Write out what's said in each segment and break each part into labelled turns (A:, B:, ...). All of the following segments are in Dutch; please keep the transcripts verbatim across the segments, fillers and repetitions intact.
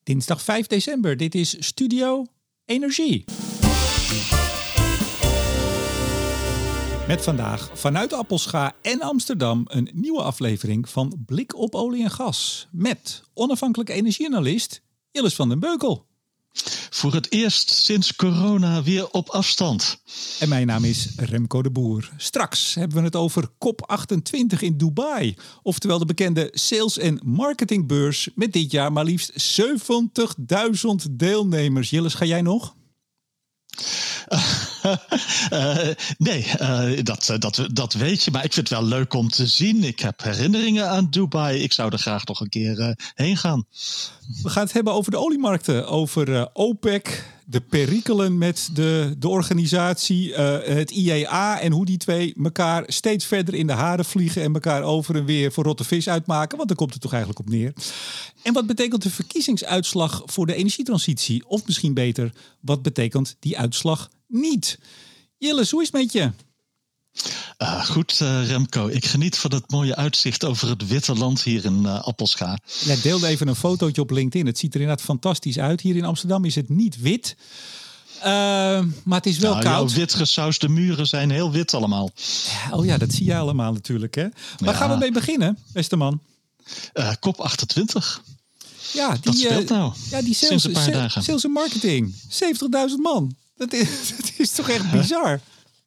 A: Dinsdag vijf december. Dit is Studio Energie. Met vandaag vanuit Appelscha en Amsterdam een nieuwe aflevering van Blik op olie en gas. Met onafhankelijke energieanalist Jilles van den Beukel.
B: Voor het eerst sinds corona weer op afstand.
A: En mijn naam is Remco de Boer. Straks hebben we het over COP achtentwintig in Dubai. Oftewel de bekende sales- en marketingbeurs met dit jaar maar liefst zeventigduizend deelnemers. Jilles, ga jij nog?
B: Uh, uh, nee, uh, dat, uh, dat, dat weet je. Maar ik vind het wel leuk om te zien. Ik heb herinneringen aan Dubai. Ik zou er graag nog een keer uh, heen gaan.
A: We gaan het hebben over de oliemarkten. Over uh, OPEC, de perikelen met de, de organisatie, uh, het I E A en hoe die twee elkaar steeds verder in de haren vliegen en elkaar over en weer voor rotte vis uitmaken. Want daar komt het toch eigenlijk op neer. En wat betekent de verkiezingsuitslag voor de energietransitie? Of misschien beter, wat betekent die uitslag niet? Jilles, hoe is het met je?
B: Uh, goed, uh, Remco. Ik geniet van het mooie uitzicht over het witte land hier in uh, Appelscha.
A: Jij deelde even een fotootje op LinkedIn. Het ziet er inderdaad fantastisch uit. Hier in Amsterdam is het niet wit. Uh, maar het is wel
B: nou,
A: koud.
B: Jouw wit gesausde muren zijn heel wit allemaal.
A: Oh ja, dat zie je allemaal natuurlijk. Hè? Waar ja. gaan we mee beginnen, beste man?
B: Uh, COP achtentwintig.
A: Ja, die,
B: dat speelt nou.
A: Uh, ja, die sales,
B: sinds een paar
A: sales,
B: dagen.
A: Sales en marketing. zeventigduizend man. Dat is, dat is toch echt bizar?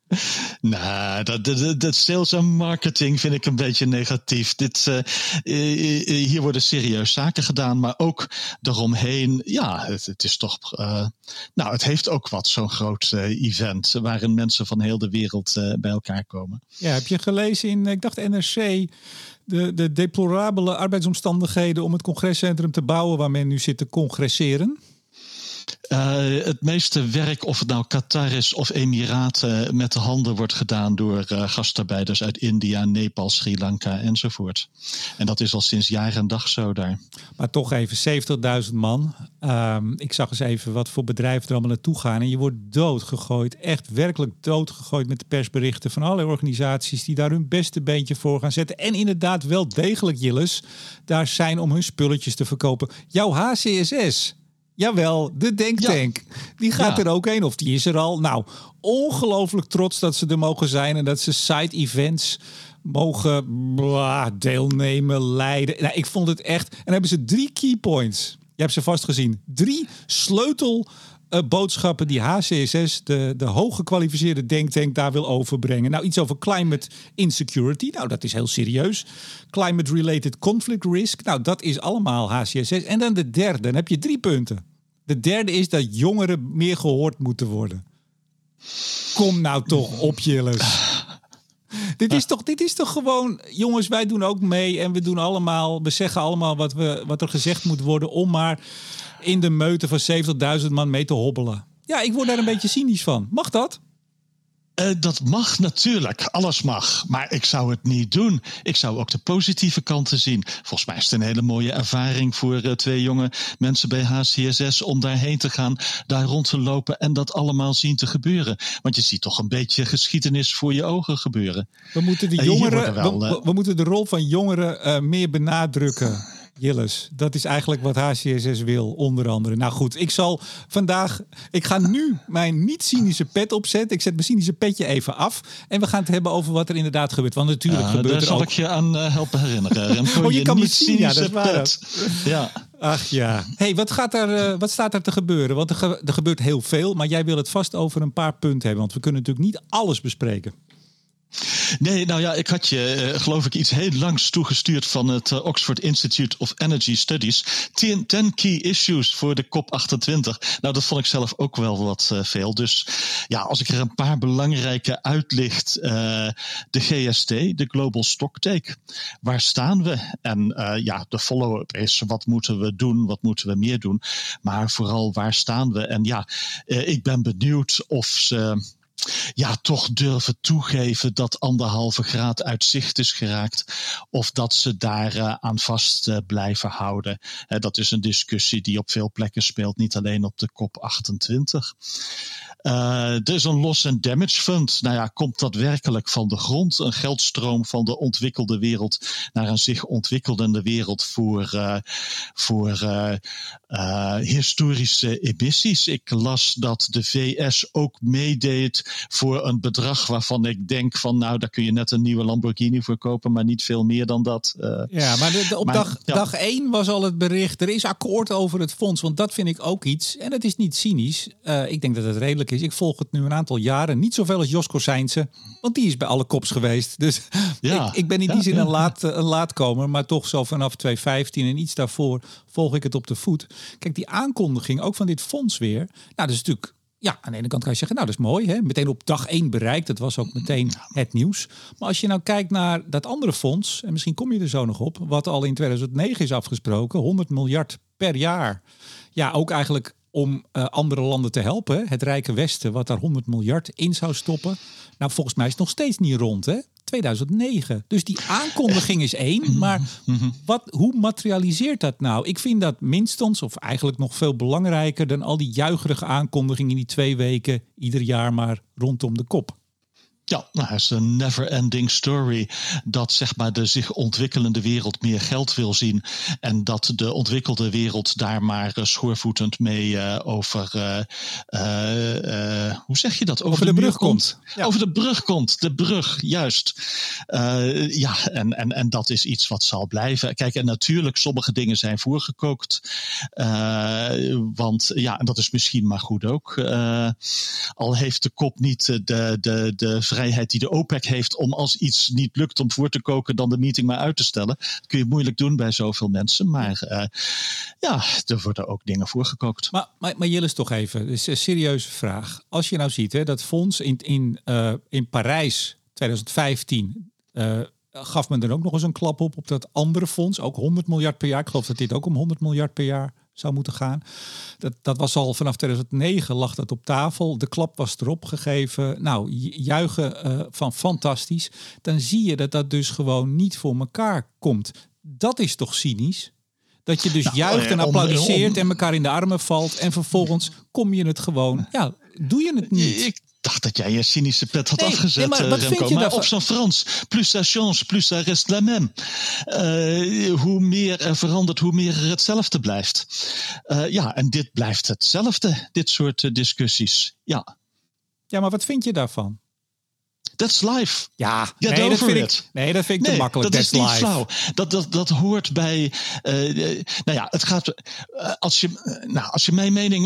B: Nou, dat, dat, dat sales en marketing vind ik een beetje negatief. Dit, uh, hier worden serieus zaken gedaan, maar ook daaromheen. Ja, het, het is toch. Uh, nou, het heeft ook wat, zo'n groot uh, event waarin mensen van heel de wereld uh, bij elkaar komen.
A: Ja, heb je gelezen in, ik dacht N R C, de, de deplorabele arbeidsomstandigheden om het congrescentrum te bouwen waar men nu zit te congresseren?
B: Uh, het meeste werk, of het nou Qatar is of Emiraten, met de handen wordt gedaan door uh, gastarbeiders uit India, Nepal, Sri Lanka enzovoort. En dat is al sinds jaar en dag zo daar.
A: Maar toch even, zeventigduizend man. Um, ik zag eens even wat voor bedrijven er allemaal naartoe gaan. En je wordt doodgegooid, echt werkelijk doodgegooid met de persberichten van allerlei organisaties die daar hun beste beentje voor gaan zetten. En inderdaad wel degelijk, Jilles, daar zijn om hun spulletjes te verkopen. Jouw H C S S... Jawel, de denktank. Ja. Die gaat ja. er ook heen, of die is er al. Nou, ongelooflijk trots dat ze er mogen zijn en dat ze side events mogen blah, deelnemen, leiden. Nou, ik vond het echt. En dan hebben ze drie key points. Je hebt ze vast gezien. Drie sleutelboodschappen uh, die H C S S, de, de hooggekwalificeerde denktank, daar wil overbrengen. Nou, iets over climate insecurity. Nou, dat is heel serieus. Climate-related conflict risk. Nou, dat is allemaal H C S S. En dan de derde, dan heb je drie punten. De derde is dat jongeren meer gehoord moeten worden. Kom nou toch op, Jilles. Dit is toch, dit is toch gewoon, jongens, wij doen ook mee en we doen allemaal, we zeggen allemaal wat, we, wat er gezegd moet worden om maar in de meute van zeventigduizend man mee te hobbelen. Ja, ik word daar een beetje cynisch van. Mag dat?
B: Uh, dat mag natuurlijk, alles mag. Maar ik zou het niet doen. Ik zou ook de positieve kanten zien. Volgens mij is het een hele mooie ervaring voor uh, twee jonge mensen bij H C S S om daarheen te gaan, daar rond te lopen en dat allemaal zien te gebeuren. Want je ziet toch een beetje geschiedenis voor je ogen gebeuren.
A: We moeten, de jongeren, wel, we, we, we moeten de rol van jongeren uh, meer benadrukken. Jilles, dat is eigenlijk wat H C S S wil, onder andere. Nou goed, ik zal vandaag... Ik ga nu mijn niet-cynische pet opzetten. Ik zet mijn cynische petje even af. En we gaan het hebben over wat er inderdaad gebeurt. Want natuurlijk uh, gebeurt
B: er
A: ook...
B: Daar zal ik je aan uh, helpen herinneren. Remco,
A: oh, je, je kan me zien, ja, dat is
B: waar.
A: pet.
B: Ja.
A: Ach ja. Hey, wat, gaat er, uh, wat staat er te gebeuren? Want er, ge- er gebeurt heel veel, maar jij wil het vast over een paar punten hebben. Want we kunnen natuurlijk niet alles bespreken.
B: Nee, nou ja, ik had je, uh, geloof ik, iets heel langs toegestuurd van het uh, Oxford Institute of Energy Studies. Ten, ten key issues voor de COP achtentwintig. Nou, dat vond ik zelf ook wel wat uh, veel. Dus ja, als ik er een paar belangrijke uitlicht. Uh, de G S T, de Global Stocktake. Waar staan we? En uh, ja, de follow-up is, wat moeten we doen? Wat moeten we meer doen? Maar vooral, waar staan we? En ja, uh, ik ben benieuwd of ze... ja, toch durven toegeven dat anderhalve graad uit zicht is geraakt. Of dat ze daar uh, aan vast uh, blijven houden. Uh, dat is een discussie die op veel plekken speelt. Niet alleen op de COP achtentwintig. Uh, er is een loss and damage fund. Nou ja, komt dat werkelijk van de grond? Een geldstroom van de ontwikkelde wereld naar een zich ontwikkelende wereld voor, uh, voor uh, uh, historische emissies. Ik las dat de V S ook meedeed voor een bedrag waarvan ik denk van nou, daar kun je net een nieuwe Lamborghini voor kopen, maar niet veel meer dan dat. Uh,
A: ja, maar de, de, op maar, dag, ja. dag één was al het bericht, er is akkoord over het fonds, want dat vind ik ook iets. En het is niet cynisch. Uh, ik denk dat het redelijk is. Ik volg het nu een aantal jaren. Niet zoveel als Josko Seijnse, want die is bij alle kops geweest. Dus ja. ik, ik ben in die ja, zin ja. een, laat, een laatkomer, maar toch zo vanaf tweeduizend vijftien en iets daarvoor volg ik het op de voet. Kijk, die aankondiging ook van dit fonds weer. Nou, dat is natuurlijk... Ja, aan de ene kant kan je zeggen, nou dat is mooi. Hè? Meteen op dag één bereikt. Dat was ook meteen het nieuws. Maar als je nou kijkt naar dat andere fonds, en misschien kom je er zo nog op, wat al in tweeduizend negen is afgesproken, honderd miljard per jaar. Ja, ook eigenlijk om uh, andere landen te helpen. Het Rijke Westen, wat daar honderd miljard in zou stoppen. Nou, volgens mij is het nog steeds niet rond, hè? tweeduizend negen. Dus die aankondiging is één. Maar wat, hoe materialiseert dat nou? Ik vind dat minstens, of eigenlijk nog veel belangrijker dan al die juicherige aankondigingen in die twee weken ieder jaar maar rondom de kop.
B: Ja, nou, het is een never-ending story dat zeg maar de zich ontwikkelende wereld meer geld wil zien en dat de ontwikkelde wereld daar maar uh, schoorvoetend mee uh, over, uh, uh, uh, hoe zeg je dat?
A: Over, over de, de brug komt.
B: komt. Ja. Over de brug komt, de brug, juist. Uh, ja, en, en, en dat is iets wat zal blijven. Kijk, en natuurlijk, sommige dingen zijn voorgekookt. Uh, want ja, en dat is misschien maar goed ook. Uh, al heeft de kop niet de, de, de, de vrijheid die de OPEC heeft om als iets niet lukt om voor te koken, dan de meeting maar uit te stellen. Dat kun je moeilijk doen bij zoveel mensen. Maar uh, ja, er worden ook dingen voorgekookt.
A: Maar, maar, maar Jillis, toch even, dus een serieuze vraag. Als je nou ziet, hè, dat fonds in, in, uh, in Parijs tweeduizend vijftien uh, gaf men er ook nog eens een klap op op dat andere fonds. Ook honderd miljard per jaar. Ik geloof dat dit ook om honderd miljard per jaar zou moeten gaan. Dat, dat was al vanaf tweeduizend negen lag dat op tafel. De klap was erop gegeven. Nou, juichen uh, van fantastisch. Dan zie je dat dat dus gewoon niet voor elkaar komt. Dat is toch cynisch? Dat je dus nou, juicht en applaudisseert en elkaar in de armen valt. En vervolgens kom je het gewoon... Ja, doe je het niet.
B: Ik dacht dat jij je cynische pet had
A: nee,
B: afgezet,
A: nee, maar, wat
B: Remco.
A: Vind je
B: maar op zijn Frans, plus ça change, plus ça reste la même. Uh, hoe meer er verandert, hoe meer er hetzelfde blijft. Uh, ja, en dit blijft hetzelfde, dit soort uh, discussies. Ja.
A: Ja, maar wat vind je daarvan?
B: That's life.
A: Ja,
B: Get
A: nee,
B: over
A: dat vind
B: it.
A: Ik, nee, dat vind ik
B: nee,
A: te makkelijk.
B: Dat
A: That's
B: is niet
A: life.
B: flauw. Dat, dat, dat hoort bij... Uh, nou ja, het gaat... Uh, als, je, uh, nou, als je mijn mening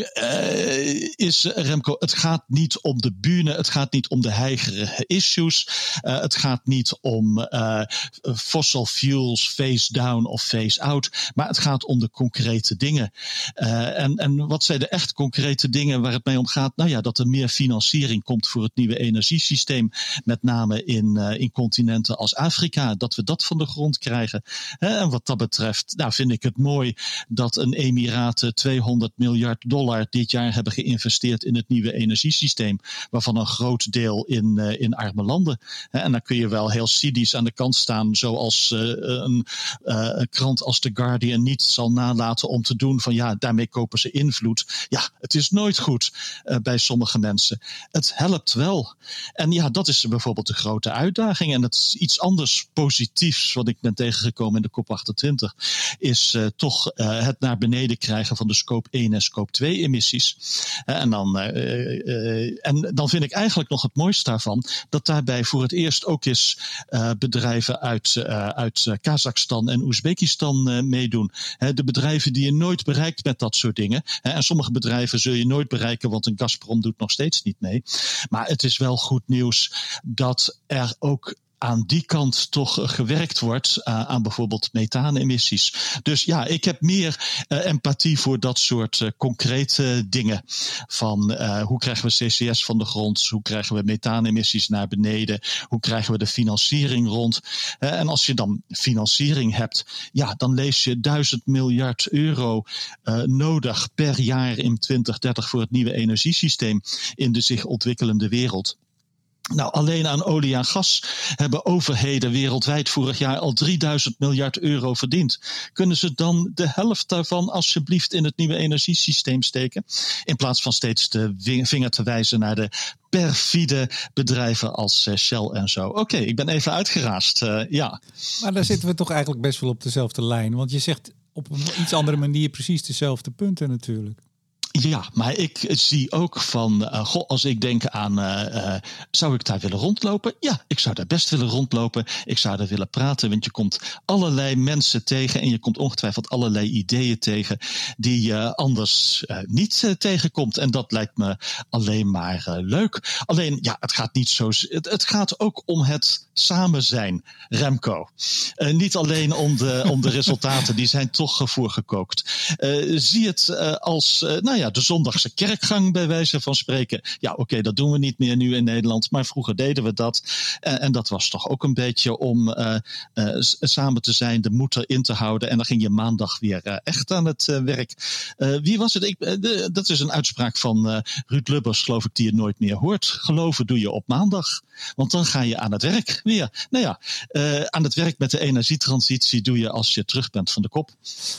B: uh, is, Remco, het gaat niet om de bühne. Het gaat niet om de heigerige issues. Uh, het gaat niet om uh, fossil fuels, face down of face out. Maar het gaat om de concrete dingen. Uh, en, en wat zijn de echt concrete dingen waar het mee om gaat? Nou ja, dat er meer financiering komt voor het nieuwe energiesysteem. Met name in, uh, in continenten als Afrika, dat we dat van de grond krijgen. He, en wat dat betreft, nou vind ik het mooi dat een Emiraten tweehonderd miljard dollar dit jaar hebben geïnvesteerd in het nieuwe energiesysteem, waarvan een groot deel in, uh, in arme landen. He, en dan kun je wel heel cynisch aan de kant staan, zoals uh, een, uh, een krant als The Guardian niet zal nalaten om te doen van ja, daarmee kopen ze invloed. Ja, het is nooit goed uh, bij sommige mensen. Het helpt wel. En ja, dat is bijvoorbeeld de grote uitdaging. En het is iets anders positiefs wat ik ben tegengekomen in de COP achtentwintig. Is uh, toch uh, het naar beneden krijgen van de scope één en scope twee emissies. Uh, en, dan, uh, uh, en dan vind ik eigenlijk nog het mooiste daarvan. Dat daarbij voor het eerst ook eens uh, bedrijven uit, uh, uit uh, Kazachstan en Oezbekistan uh, meedoen. Uh, de bedrijven die je nooit bereikt met dat soort dingen. Uh, en sommige bedrijven zul je nooit bereiken, want een Gazprom doet nog steeds niet mee. Maar het is wel goed nieuws dat er ook aan die kant toch gewerkt wordt uh, aan bijvoorbeeld methaanemmissies. Dus ja, ik heb meer uh, empathie voor dat soort uh, concrete dingen. Van uh, hoe krijgen we C C S van de grond? Hoe krijgen we methaanemmissies naar beneden? Hoe krijgen we de financiering rond? Uh, en als je dan financiering hebt, ja, dan lees je duizend miljard euro uh, nodig per jaar in twintig dertig voor het nieuwe energiesysteem in de zich ontwikkelende wereld. Nou, alleen aan olie en gas hebben overheden wereldwijd vorig jaar al drieduizend miljard euro verdiend. Kunnen ze dan de helft daarvan alsjeblieft in het nieuwe energiesysteem steken? In plaats van steeds de vinger te wijzen naar de perfide bedrijven als Shell en zo. Oké, okay, ik ben even uitgeraasd, uh, ja.
A: Maar daar zitten we toch eigenlijk best wel op dezelfde lijn. Want je zegt op een iets andere manier precies dezelfde punten natuurlijk.
B: Ja, maar ik zie ook van, uh, goh, als ik denk aan, uh, uh, zou ik daar willen rondlopen? Ja, ik zou daar best willen rondlopen. Ik zou daar willen praten, want je komt allerlei mensen tegen en je komt ongetwijfeld allerlei ideeën tegen die je anders uh, niet uh, tegenkomt. En dat lijkt me alleen maar uh, leuk. Alleen, ja, het gaat niet zo. Het, het gaat ook om het samen zijn, Remco. Uh, niet alleen om de, om de resultaten, die zijn toch uh, voorgekookt. Uh, zie het uh, als, uh, nou ja, de zondagse kerkgang bij wijze van spreken. Ja, oké, okay, dat doen we niet meer nu in Nederland, maar vroeger deden we dat. En, en dat was toch ook een beetje om uh, uh, samen te zijn, de moed erin te houden. En dan ging je maandag weer uh, echt aan het uh, werk. Uh, wie was het? Ik, uh, de, dat is een uitspraak van uh, Ruud Lubbers, geloof ik, die je nooit meer hoort. Geloven doe je op maandag, want dan ga je aan het werk weer. Nou ja, uh, aan het werk met de energietransitie doe je als je terug bent van de kop.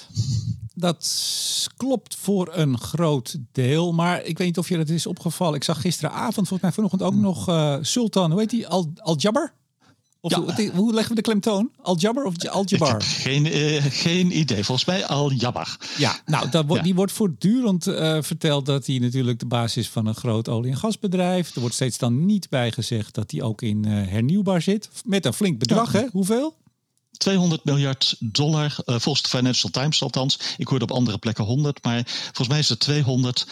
A: Dat klopt voor een groot deel, maar ik weet niet of je dat is opgevallen. Ik zag gisteravond, volgens mij vanochtend ook nog uh, Sultan, hoe heet die? Al, Al-Jabbar? Of ja. hoe, hoe leggen we de klemtoon? Al-Jabbar of Al-Jabbar?
B: Ik heb geen, uh, geen idee. Volgens mij Al-Jabbar.
A: Ja, nou, dat, ja. die wordt voortdurend uh, verteld dat hij natuurlijk de baas is van een groot olie- en gasbedrijf. Er wordt steeds dan niet bij gezegd dat hij ook in uh, hernieuwbaar zit. Met een flink bedrag, ja. hè? Hoeveel?
B: tweehonderd miljard dollar, uh, volgens de Financial Times althans. Ik hoorde op andere plekken honderd, maar volgens mij is het tweehonderd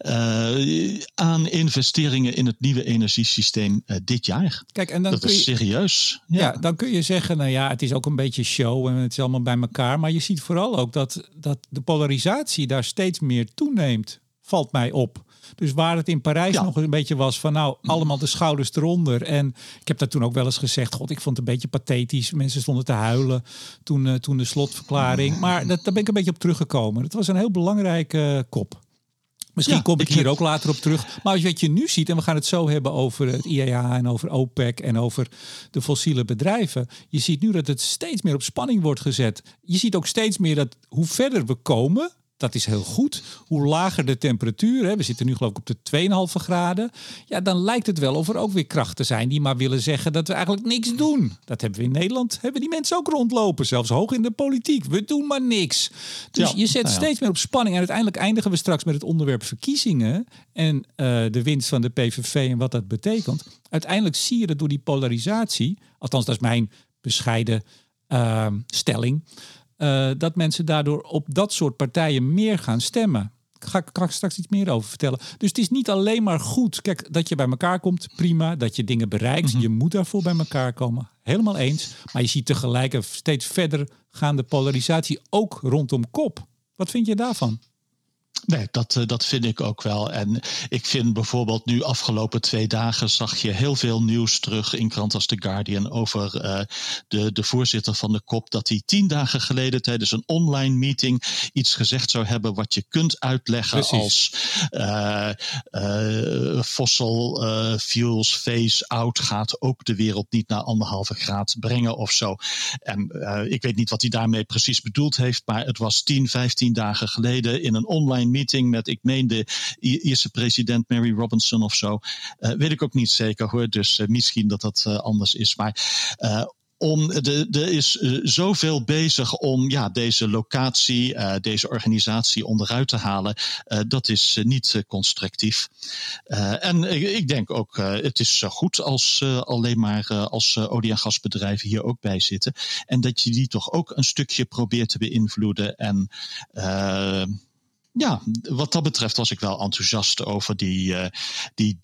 B: uh, aan investeringen in het nieuwe energiesysteem uh, dit jaar.
A: Kijk, en dan
B: dat
A: kun
B: is
A: je,
B: serieus.
A: Ja. ja, dan kun je zeggen, nou ja, het is ook een beetje show en het is allemaal bij elkaar. Maar je ziet vooral ook dat, dat de polarisatie daar steeds meer toeneemt, valt mij op. Dus waar het in Parijs ja. nog een beetje was van nou, allemaal de schouders eronder. En ik heb dat toen ook wel eens gezegd. God, ik vond het een beetje pathetisch. Mensen stonden te huilen toen, uh, toen de slotverklaring. Maar dat, daar ben ik een beetje op teruggekomen. Het was een heel belangrijke uh, kop. Misschien ja, kom ik hier heb... ook later op terug. Maar wat je nu ziet, en we gaan het zo hebben over het I E A en over OPEC en over de fossiele bedrijven. Je ziet nu dat het steeds meer op spanning wordt gezet. Je ziet ook steeds meer dat hoe verder we komen, dat is heel goed. Hoe lager de temperatuur, hè, we zitten nu geloof ik op de twee komma vijf graden. Ja, dan lijkt het wel of er ook weer krachten zijn die maar willen zeggen dat we eigenlijk niks doen. Dat hebben we in Nederland, hebben die mensen ook rondlopen. Zelfs hoog in de politiek. We doen maar niks. Dus ja, je zet nou ja. steeds meer op spanning. En uiteindelijk eindigen we straks met het onderwerp verkiezingen. En uh, de winst van de P V V en wat dat betekent. Uiteindelijk zie je dat door die polarisatie, althans dat is mijn bescheiden uh, stelling, Uh, dat mensen daardoor op dat soort partijen meer gaan stemmen. Daar ga ik, ga ik straks iets meer over vertellen. Dus het is niet alleen maar goed. Kijk, dat je bij elkaar komt, prima. Dat je dingen bereikt. Mm-hmm. Je moet daarvoor bij elkaar komen. Helemaal eens. Maar je ziet tegelijk een steeds verder gaande polarisatie ook rondom kop. Wat vind je daarvan?
B: Nee, dat, uh, dat vind ik ook wel. En ik vind bijvoorbeeld nu afgelopen twee dagen zag je heel veel nieuws terug in kranten als The Guardian over uh, de, de voorzitter van de kop, dat hij tien dagen geleden tijdens een online meeting iets gezegd zou hebben wat je kunt uitleggen Precies. als uh, uh, fossil uh, fuels phase out gaat ook de wereld niet naar anderhalve graad brengen of zo. En uh, ik weet niet wat hij daarmee precies bedoeld heeft, maar het was tien, vijftien dagen geleden in een online meeting met, ik meen, de Ierse president Mary Robinson of zo. Uh, weet ik ook niet zeker hoor, dus uh, misschien dat dat uh, anders is. Maar uh, om de, er is uh, zoveel bezig om ja, deze locatie, uh, deze organisatie onderuit te halen. Uh, dat is uh, niet uh, constructief. Uh, en ik, ik denk ook, uh, het is zo goed als uh, alleen maar uh, als uh, olie- en gasbedrijven hier ook bij zitten. En dat je die toch ook een stukje probeert te beïnvloeden en uh, ja, wat dat betreft was ik wel enthousiast over die, uh, die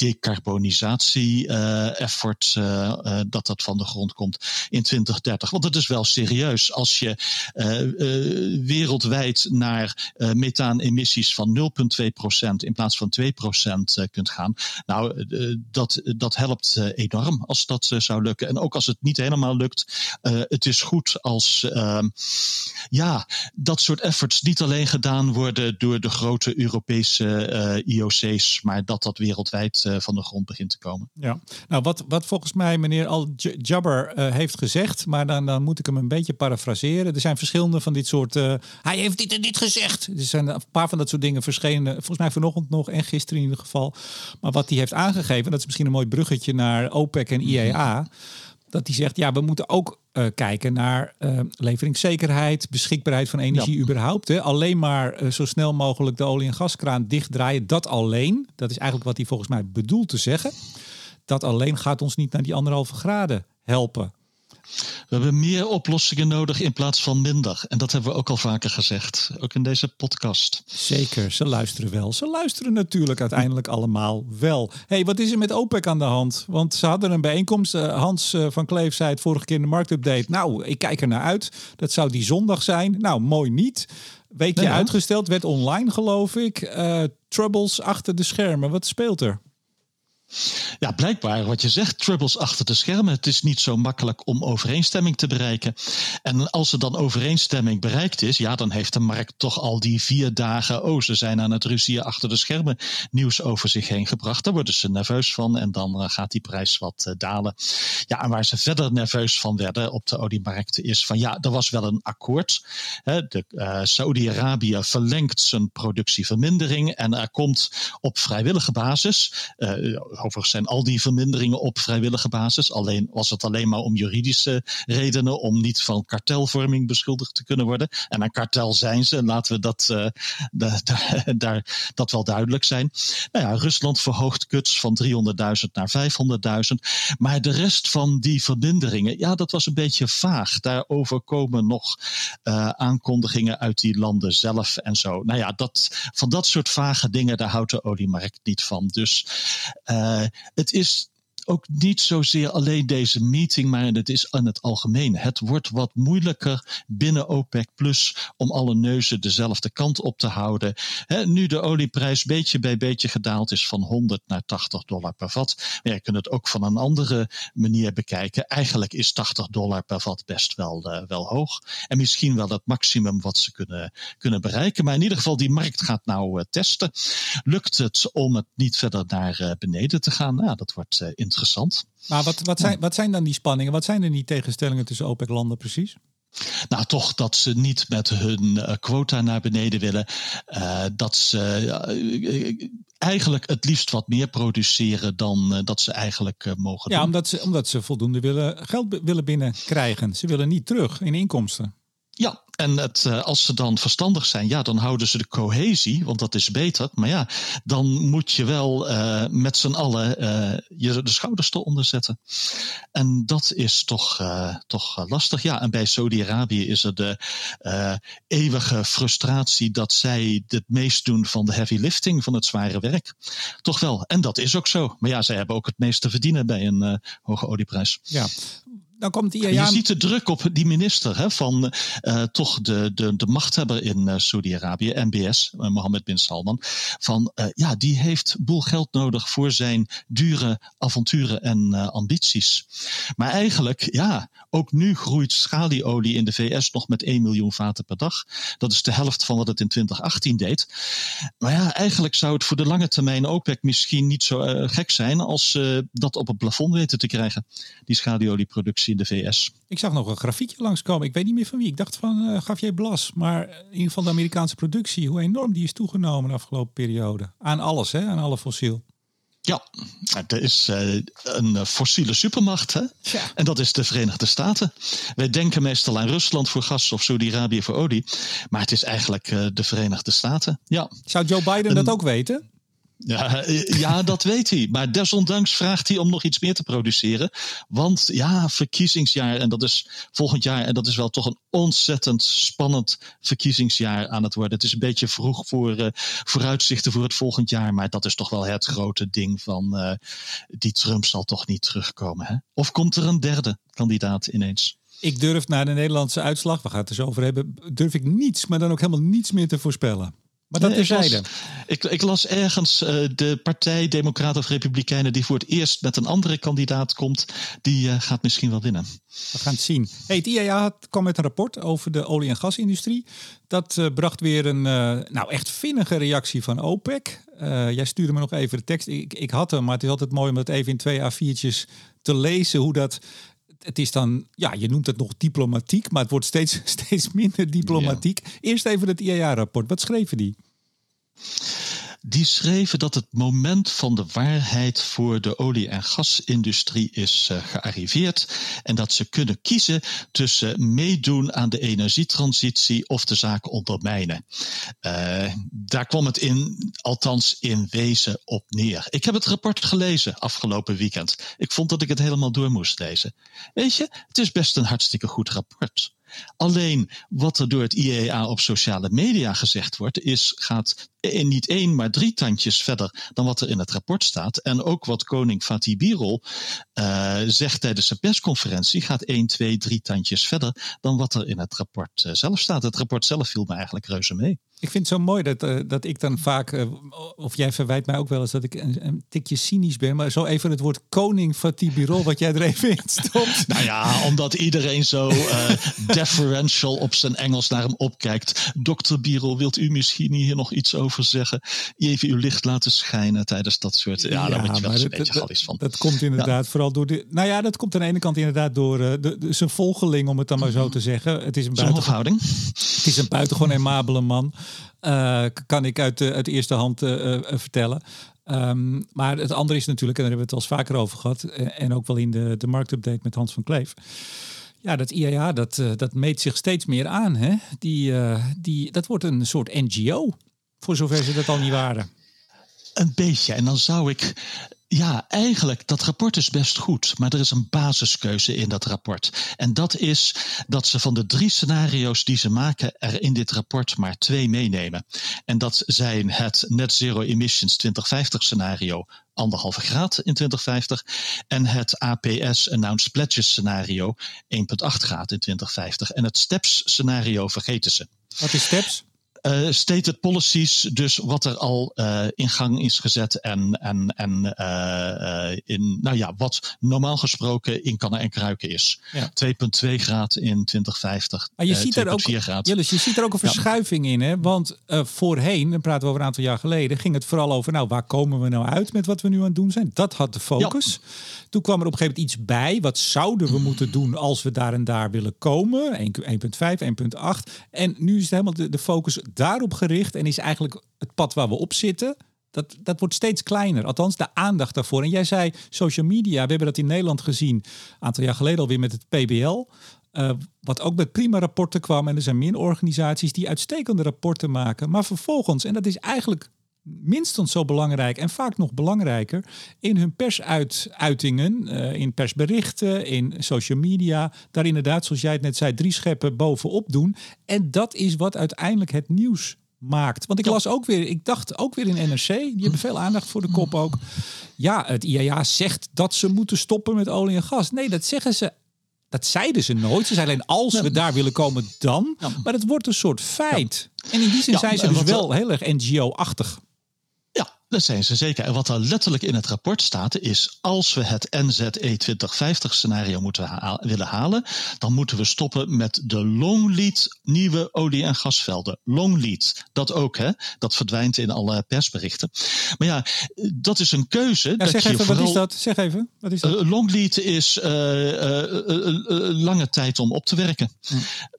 B: decarbonisatie-effort, uh, uh, uh, dat dat van de grond komt in twintig dertig. Want het is wel serieus als je uh, uh, wereldwijd naar uh, methaanemissies van nul komma twee procent in plaats van twee procent uh, kunt gaan. Nou, uh, dat, dat helpt uh, enorm als dat uh, zou lukken. En ook als het niet helemaal lukt, uh, het is goed als uh, ja, dat soort efforts niet alleen gedaan worden door de grote Europese uh, I O C's, maar dat dat wereldwijd uh, van de grond begint te komen.
A: Ja, nou wat, wat volgens mij meneer Al-Jaber uh, heeft gezegd, maar dan, dan moet ik hem een beetje parafraseren. Er zijn verschillende van dit soort, uh, hij heeft dit en dit gezegd. Er zijn een paar van dat soort dingen verschenen, volgens mij vanochtend nog en gisteren in ieder geval. Maar wat hij heeft aangegeven, dat is misschien een mooi bruggetje naar OPEC en I E A, dat hij zegt, ja, we moeten ook uh, kijken naar uh, leveringszekerheid, beschikbaarheid van energie ja. überhaupt. Hè. Alleen maar uh, zo snel mogelijk de olie- en gaskraan dichtdraaien, dat alleen, dat is eigenlijk wat hij volgens mij bedoelt te zeggen, dat alleen gaat ons niet naar die anderhalve graden helpen.
B: We hebben meer oplossingen nodig in plaats van minder. En dat hebben we ook al vaker gezegd. Ook in deze podcast.
A: Zeker, ze luisteren wel. Ze luisteren natuurlijk uiteindelijk allemaal wel. Hey, wat is er met OPEC aan de hand? Want ze hadden een bijeenkomst. Uh, Hans uh, van Kleef zei het vorige keer in de marktupdate. Nou, ik kijk er naar uit. Dat zou die zondag zijn. Nou, mooi niet. Weekje nee, uitgesteld, werd online geloof ik. Uh, troubles achter de schermen. Wat speelt er?
B: Ja, blijkbaar wat je zegt, troubles achter de schermen. Het is niet zo makkelijk om overeenstemming te bereiken. En als er dan overeenstemming bereikt is, ja, dan heeft de markt toch al die vier dagen, oh, ze zijn aan het ruzieën achter de schermen, nieuws over zich heen gebracht. Daar worden ze nerveus van en dan uh, gaat die prijs wat uh, dalen. Ja, en waar ze verder nerveus van werden op de oliemarkten is van, ja, er was wel een akkoord. Hè, de, uh, Saudi-Arabië verlengt zijn productievermindering en er komt op vrijwillige basis, uh, overigens zijn al die verminderingen op vrijwillige basis. Alleen was het alleen maar om juridische redenen, om niet van kartelvorming beschuldigd te kunnen worden. En een kartel zijn ze, laten we dat, uh, da, da, daar, dat wel duidelijk zijn. Nou ja, Rusland verhoogt cuts van driehonderdduizend naar vijfhonderdduizend. Maar de rest van die verminderingen, ja, dat was een beetje vaag. Daarover komen nog uh, aankondigingen uit die landen zelf en zo. Nou ja, dat, van dat soort vage dingen, daar houdt de oliemarkt niet van. Dus Uh, het is ook niet zozeer alleen deze meeting, maar het is in het algemeen. Het wordt wat moeilijker binnen OPEC Plus om alle neuzen dezelfde kant op te houden. He, nu de olieprijs beetje bij beetje gedaald is van honderd naar tachtig dollar per vat. Maar je kunt het ook van een andere manier bekijken. Eigenlijk is tachtig dollar per vat best wel, uh, wel hoog. En misschien wel het maximum wat ze kunnen, kunnen bereiken. Maar in ieder geval, die markt gaat nou uh, testen. Lukt het om het niet verder naar uh, beneden te gaan? Nou, dat wordt uh, interessant. Interessant.
A: Maar wat, wat, zijn, wat zijn dan die spanningen? Wat zijn er die tegenstellingen tussen OPEC-landen precies?
B: Nou, toch dat ze niet met hun uh, quota naar beneden willen. Uh, dat ze uh, eigenlijk het liefst wat meer produceren dan uh, dat ze eigenlijk uh, mogen
A: ja,
B: doen.
A: Omdat ze, omdat ze voldoende willen, geld b- willen binnenkrijgen. Ze willen niet terug in inkomsten.
B: Ja, en het, als ze dan verstandig zijn, ja, dan houden ze de cohesie, want dat is beter. Maar ja, dan moet je wel uh, met z'n allen uh, je de schouders eronder zetten. En dat is toch, uh, toch lastig. Ja, en bij Saudi-Arabië is er de uh, eeuwige frustratie dat zij het meest doen van de heavy lifting, van het zware werk. Toch wel. En dat is ook zo. Maar ja, zij hebben ook het meest te verdienen bij een uh, hoge olieprijs.
A: Ja. Dan komt die,
B: ja, je ziet de druk op die minister hè, van uh, toch de, de, de machthebber in uh, Saudi-Arabië, M B S, uh, Mohammed bin Salman. Van uh, ja, die heeft boel geld nodig voor zijn dure avonturen en uh, ambities. Maar eigenlijk, ja, ook nu groeit schalieolie in de V S nog met één miljoen vaten per dag. Dat is de helft van wat het in twintig achttien deed. Maar ja, eigenlijk zou het voor de lange termijn OPEC misschien niet zo uh, gek zijn als ze uh, dat op het plafond weten te krijgen, die schalieolieproductie in de V S.
A: Ik zag nog een grafiekje langskomen. Ik weet niet meer van wie. Ik dacht van uh, Javier Blas. Maar in ieder geval de Amerikaanse productie. Hoe enorm die is toegenomen de afgelopen periode. Aan alles, hè? Aan alle fossiel.
B: Ja, er is uh, een fossiele supermacht. Hè?
A: Ja.
B: En dat is de Verenigde Staten. Wij denken meestal aan Rusland voor gas of Saudi-Arabië voor olie. Maar het is eigenlijk uh, de Verenigde Staten. Ja.
A: Zou Joe Biden en, dat ook weten?
B: Ja, ja, dat weet hij. Maar desondanks vraagt hij om nog iets meer te produceren. Want ja, verkiezingsjaar en dat is volgend jaar. En dat is wel toch een ontzettend spannend verkiezingsjaar aan het worden. Het is een beetje vroeg voor uh, vooruitzichten voor het volgend jaar. Maar dat is toch wel het grote ding van uh, die Trump zal toch niet terugkomen. Hè? Of komt er een derde kandidaat ineens?
A: Ik durf naar de Nederlandse uitslag, we gaan het er zo over hebben, durf ik niets, maar dan ook helemaal niets meer te voorspellen. Maar dat
B: nee,
A: terzijde.
B: Ik, las- ik, ik las ergens uh, de partij Democraten of Republikeinen die voor het eerst met een andere kandidaat komt, die uh, gaat misschien wel winnen.
A: We gaan het zien. Hey, het I A A kwam met een rapport over de olie- en gasindustrie. Dat uh, bracht weer een uh, nou echt vinnige reactie van OPEC. Uh, jij stuurde me nog even de tekst. Ik, ik had hem, maar het is altijd mooi om dat even in twee A viertjes te lezen. Hoe dat... Het is dan, ja, je noemt het nog diplomatiek, maar het wordt steeds, steeds minder diplomatiek. Ja. Eerst even het I A A-rapport. Wat schreven die?
B: Die schreven dat het moment van de waarheid voor de olie- en gasindustrie is uh, gearriveerd. En dat ze kunnen kiezen tussen meedoen aan de energietransitie of de zaken ondermijnen. Uh, daar kwam het in, althans in wezen op neer. Ik heb het rapport gelezen afgelopen weekend. Ik vond dat ik het helemaal door moest lezen. Weet je, het is best een hartstikke goed rapport. Alleen wat er door het I A A op sociale media gezegd wordt, is gaat niet één, maar drie tandjes verder dan wat er in het rapport staat. En ook wat koning Fatih Birol uh, zegt tijdens zijn persconferentie gaat één, twee, drie tandjes verder dan wat er in het rapport uh, zelf staat. Het rapport zelf viel me eigenlijk reuze mee.
A: Ik vind het zo mooi dat, uh, dat ik dan vaak, uh, of jij verwijt mij ook wel eens dat ik een, een tikje cynisch ben, maar zo even het woord koning Fatih Birol, wat jij er even in stopt.
B: Nou ja, omdat iedereen zo uh, deferential op zijn Engels naar hem opkijkt. dokter Birol, wilt u misschien hier nog iets over zeggen? Even uw licht laten schijnen tijdens dat soort... Ja, ja daar moet je wel eens een beetje gallies van.
A: Dat, dat komt inderdaad ja. vooral door de... Nou ja, dat komt aan de ene kant inderdaad door uh, de, de, zijn volgeling, om het dan maar zo te zeggen. Het is een
B: buiten... hofhouding.
A: Het is een buitengewoon aimabele man. Uh, kan ik uit, uh, uit eerste hand uh, uh, vertellen. Um, maar het andere is natuurlijk, en daar hebben we het al eens vaker over gehad, uh, en ook wel in de, de marktupdate met Hans van Kleef. Ja, dat I A A, dat, uh, dat meet zich steeds meer aan. Hè? Die, uh, die, dat wordt een soort N G O, voor zover ze dat al niet waren.
B: Een beetje. En dan zou ik... Ja, eigenlijk, dat rapport is best goed, maar er is een basiskeuze in dat rapport. En dat is dat ze van de drie scenario's die ze maken er in dit rapport maar twee meenemen. En dat zijn het Net Zero Emissions twintig vijftig scenario, anderhalve graad in twintig vijftig, en het A P S Announced Pledges scenario, één komma acht graad in twintig vijftig. En het STEPS scenario vergeten ze.
A: Wat is STEPS?
B: Uh, stated policies, dus wat er al uh, in gang is gezet en, en, en uh, uh, in, nou ja, wat normaal gesproken in kannen en kruiken is. Ja. twee komma twee graad in twintig vijftig.
A: Maar je
B: uh,
A: ziet er ook, Jillis, je ziet er ook een verschuiving ja. in, hè? Want uh, voorheen, dan praten we over een aantal jaar geleden, ging het vooral over, nou, waar komen we nou uit met wat we nu aan het doen zijn? Dat had de focus. Ja. Toen kwam er op een gegeven moment iets bij. Wat zouden we moeten doen als we daar en daar willen komen? één komma vijf, één komma acht. En nu is het helemaal de, de focus daarop gericht en is eigenlijk het pad waar we op zitten. Dat, dat wordt steeds kleiner. Althans, de aandacht daarvoor. En jij zei social media. We hebben dat in Nederland gezien. Een aantal jaar geleden alweer met het P B L. Uh, wat ook met prima rapporten kwam. En er zijn meer organisaties die uitstekende rapporten maken. Maar vervolgens, en dat is eigenlijk minstens zo belangrijk en vaak nog belangrijker, in hun persuitingen, uh, in persberichten, in social media, daar inderdaad, zoals jij het net zei, drie scheppen bovenop doen. En dat is wat uiteindelijk het nieuws maakt. Want ik las ook weer, ik dacht ook weer in N R C, die hebben veel aandacht voor de kop ook. Ja, het I A A zegt dat ze moeten stoppen met olie en gas. Nee, dat zeggen ze. Dat zeiden ze nooit. Ze zeiden alleen als we daar willen komen dan. Ja. Maar het wordt een soort feit. Ja. En in die zin ja, zijn ze dus wel heel erg N G O-achtig.
B: Ja, dat zijn ze zeker. En wat er letterlijk in het rapport staat is, als we het N Z E twintig vijftig scenario moeten ha- willen halen, dan moeten we stoppen met de long lead nieuwe olie- en gasvelden. Long lead, dat ook, hè? Dat verdwijnt in alle persberichten. Maar ja, dat is een keuze.
A: Ja,
B: dat
A: zeg
B: je
A: even,
B: vooral,
A: wat is dat? Zeg even, wat is dat?
B: Uh, long lead is uh, uh, uh, uh, lange tijd om op te werken. Hm.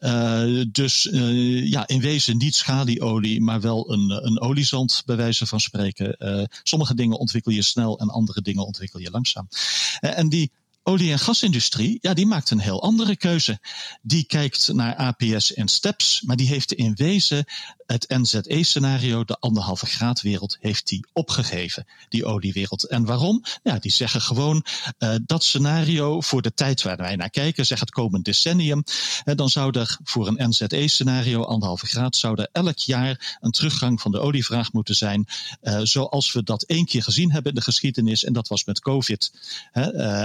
B: Uh, dus uh, ja, in wezen niet schalieolie, maar wel een, een oliezand, bij wijze van spreken. Uh, sommige dingen ontwikkel je snel en andere dingen ontwikkel je langzaam. Uh, en die olie- en gasindustrie, ja, die maakt een heel andere keuze. Die kijkt naar A P S en STEPS, maar die heeft in wezen het N Z E-scenario, de anderhalve graad wereld, heeft die opgegeven, die oliewereld. En waarom? Ja, die zeggen gewoon, uh, dat scenario voor de tijd waar wij naar kijken, zeg het komend decennium, uh, dan zou er voor een N Z E-scenario, anderhalve graad, zou er elk jaar een teruggang van de olievraag moeten zijn, uh, zoals we dat één keer gezien hebben in de geschiedenis, en dat was met COVID. Uh, uh, en zo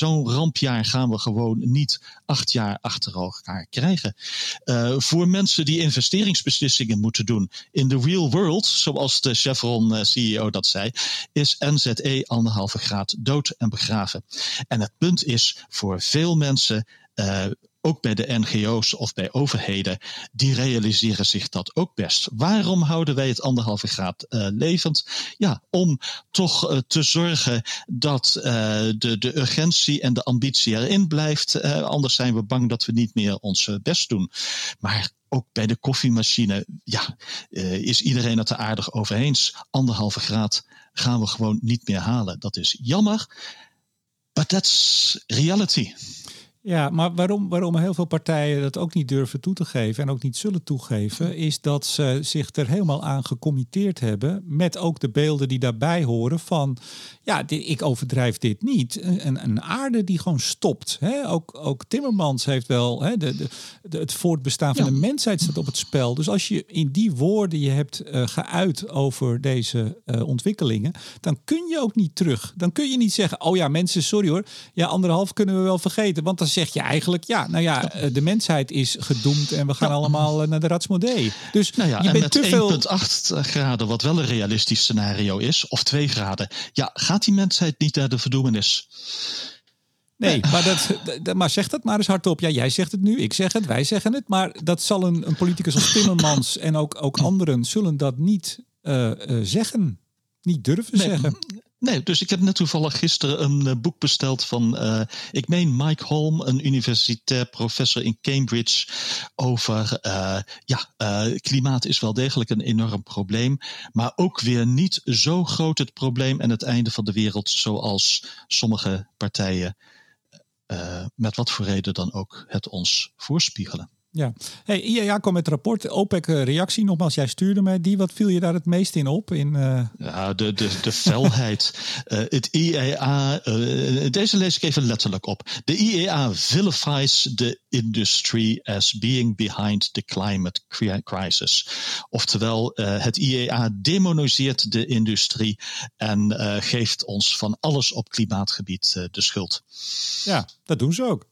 B: zo'n rampjaar gaan we gewoon niet acht jaar achter elkaar krijgen. Uh, voor mensen die investeringsbeslissingen moeten doen in de real world, zoals de Chevron uh, C E O dat zei, is N Z E anderhalve graad dood en begraven. En het punt is, voor veel mensen, uh, ook bij de N G O's of bij overheden, die realiseren zich dat ook best. Waarom houden wij het anderhalve graad uh, levend? Ja, om toch uh, te zorgen dat uh, de, de urgentie en de ambitie erin blijft. Uh, anders zijn we bang dat we niet meer ons uh, best doen. Maar ook bij de koffiemachine, ja, uh, is iedereen het er aardig over eens. Anderhalve graad gaan we gewoon niet meer halen. Dat is jammer, but that's reality.
A: Ja, maar waarom, waarom heel veel partijen dat ook niet durven toe te geven en ook niet zullen toegeven, is dat ze zich er helemaal aan gecommitteerd hebben met ook de beelden die daarbij horen van, ja, dit, ik overdrijf dit niet. Een, een aarde die gewoon stopt. Hè? Ook, ook Timmermans heeft wel, hè, de, de, de, het voortbestaan van ja. de mensheid staat op het spel. Dus als je in die woorden je hebt uh, geuit over deze uh, ontwikkelingen, dan kun je ook niet terug. Dan kun je niet zeggen, oh ja, mensen, sorry hoor, ja, anderhalf kunnen we wel vergeten, want dan zeg je eigenlijk, ja, nou ja, de mensheid is gedoemd en we gaan ja. allemaal naar de Ratsmodee. Dus
B: nou ja,
A: je
B: en
A: bent
B: met
A: te veel
B: één komma acht graden, wat wel een realistisch scenario is, of twee graden, ja, gaat die mensheid niet naar de verdoemenis?
A: Nee, maar, dat, dat, maar zeg dat maar eens hardop. Ja, jij zegt het nu, ik zeg het, wij zeggen het. Maar dat zal een, een politicus als Timmermans en ook, ook anderen zullen dat niet uh, uh, zeggen. Niet durven nee. zeggen.
B: Nee, dus ik heb net toevallig gisteren een uh, boek besteld van, uh, ik meen Mike Holm, een universitair professor in Cambridge, over, uh, ja, uh, klimaat is wel degelijk een enorm probleem, maar ook weer niet zo groot het probleem en het einde van de wereld zoals sommige partijen, uh, met wat voor reden dan ook, het ons voorspiegelen.
A: Ja, hey, I E A kwam met het rapport, OPEC-reactie, nogmaals, jij stuurde mij die. Wat viel je daar het meest in op? In, uh...
B: Ja, de, de, de felheid. uh, het I E A, uh, deze lees ik even letterlijk op. De I E A vilifies the industry as being behind the climate crisis. Oftewel, uh, het I E A demoniseert de industrie en uh, geeft ons van alles op klimaatgebied uh, de schuld.
A: Ja, dat doen ze ook.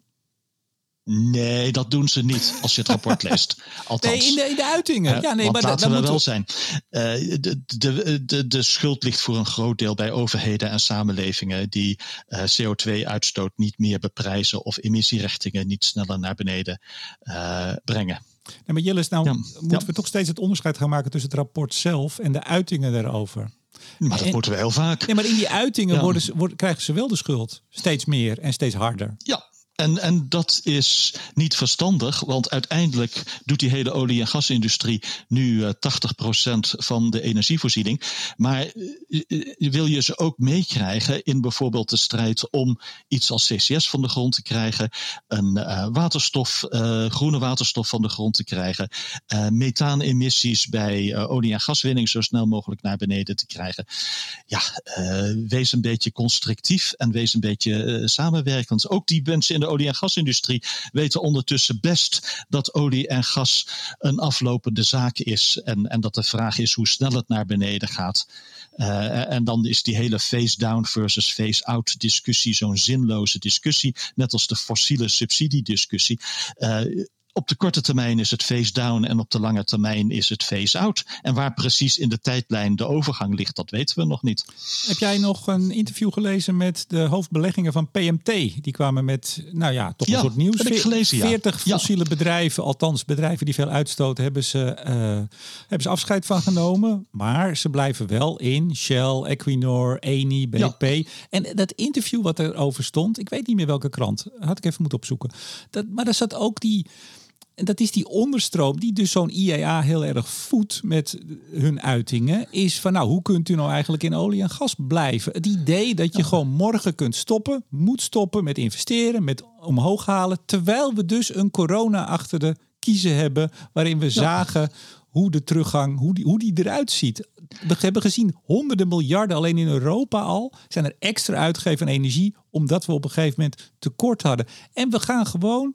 B: Nee, dat doen ze niet als je het rapport leest. Althans.
A: Nee, in de, in de uitingen. Ja, nee,
B: Want
A: maar
B: laten
A: da,
B: we wel
A: we...
B: zijn. Uh, de, de, de, de schuld ligt voor een groot deel bij overheden en samenlevingen die uh, C O twee uitstoot niet meer beprijzen of emissierechtingen niet sneller naar beneden uh, brengen.
A: Nee, maar Jillis, nou
B: ja.
A: moeten
B: ja.
A: we toch steeds het onderscheid gaan maken tussen het rapport zelf en de uitingen daarover.
B: Maar dat en, moeten we heel vaak.
A: Nee, maar in die uitingen ja. worden ze, worden, krijgen ze wel de schuld. Steeds meer en steeds harder.
B: Ja. En, en dat is niet verstandig, want uiteindelijk doet die hele olie- en gasindustrie nu uh, tachtig procent van de energievoorziening. Maar uh, wil je ze ook meekrijgen in bijvoorbeeld de strijd om iets als C C S van de grond te krijgen, een uh, waterstof, uh, groene waterstof van de grond te krijgen, uh, methaanemmissies bij uh, olie- en gaswinning zo snel mogelijk naar beneden te krijgen. Ja, uh, wees een beetje constructief en wees een beetje uh, samenwerkend. Ook die mensen in de olie- en gasindustrie weten ondertussen best dat olie en gas een aflopende zaak is. En, en dat de vraag is hoe snel het naar beneden gaat. Uh, en dan is die hele phase-down versus phase-out discussie zo'n zinloze discussie. Net als de fossiele subsidiediscussie. Uh, Op de korte termijn is het phase-down en op de lange termijn is het phase-out. En waar precies in de tijdlijn de overgang ligt, dat weten we nog niet.
A: Heb jij nog een interview gelezen met de hoofdbeleggingen van P M T? Die kwamen met, nou ja, toch een
B: ja,
A: soort nieuws.
B: Heb ik gelezen, ja.
A: veertig fossiele ja. bedrijven, althans bedrijven die veel uitstoten, hebben ze, uh, hebben ze afscheid van genomen. Maar ze blijven wel in Shell, Equinor, Eni, B P. Ja. En dat interview wat erover stond, ik weet niet meer welke krant, had ik even moeten opzoeken. Dat, maar daar zat ook die... En dat is die onderstroom die dus zo'n I E A heel erg voedt met hun uitingen. Is van nou, hoe kunt u nou eigenlijk in olie en gas blijven? Het idee dat je ja. gewoon morgen kunt stoppen, moet stoppen met investeren, met omhoog halen. Terwijl we dus een corona achter de kiezen hebben. Waarin we ja. zagen hoe de teruggang, hoe die, hoe die eruit ziet. We hebben gezien honderden miljarden alleen in Europa al. Zijn er extra uitgegeven aan energie omdat we op een gegeven moment tekort hadden. En we gaan gewoon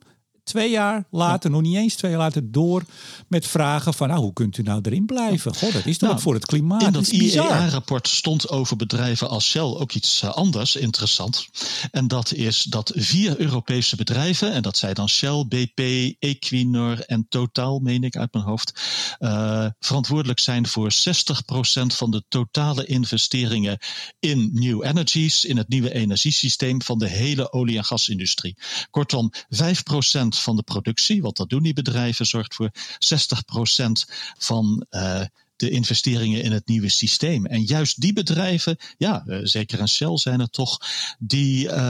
A: twee jaar later, ja. nog niet eens twee jaar later, door met vragen van, nou, hoe kunt u nou erin blijven? God, dat is toch nou, wat voor het klimaat.
B: In dat I E A-rapport stond over bedrijven als Shell ook iets uh, anders, interessant. En dat is dat vier Europese bedrijven, en dat zijn dan Shell, B P, Equinor en Total, meen ik uit mijn hoofd, uh, verantwoordelijk zijn voor zestig procent van de totale investeringen in new energies, in het nieuwe energiesysteem van de hele olie- en gasindustrie. Kortom, vijf procent van de productie, want dat doen die bedrijven, zorgt voor zestig procent van uh, de investeringen in het nieuwe systeem. En juist die bedrijven, ja, uh, zeker aan Shell zijn er toch, die uh,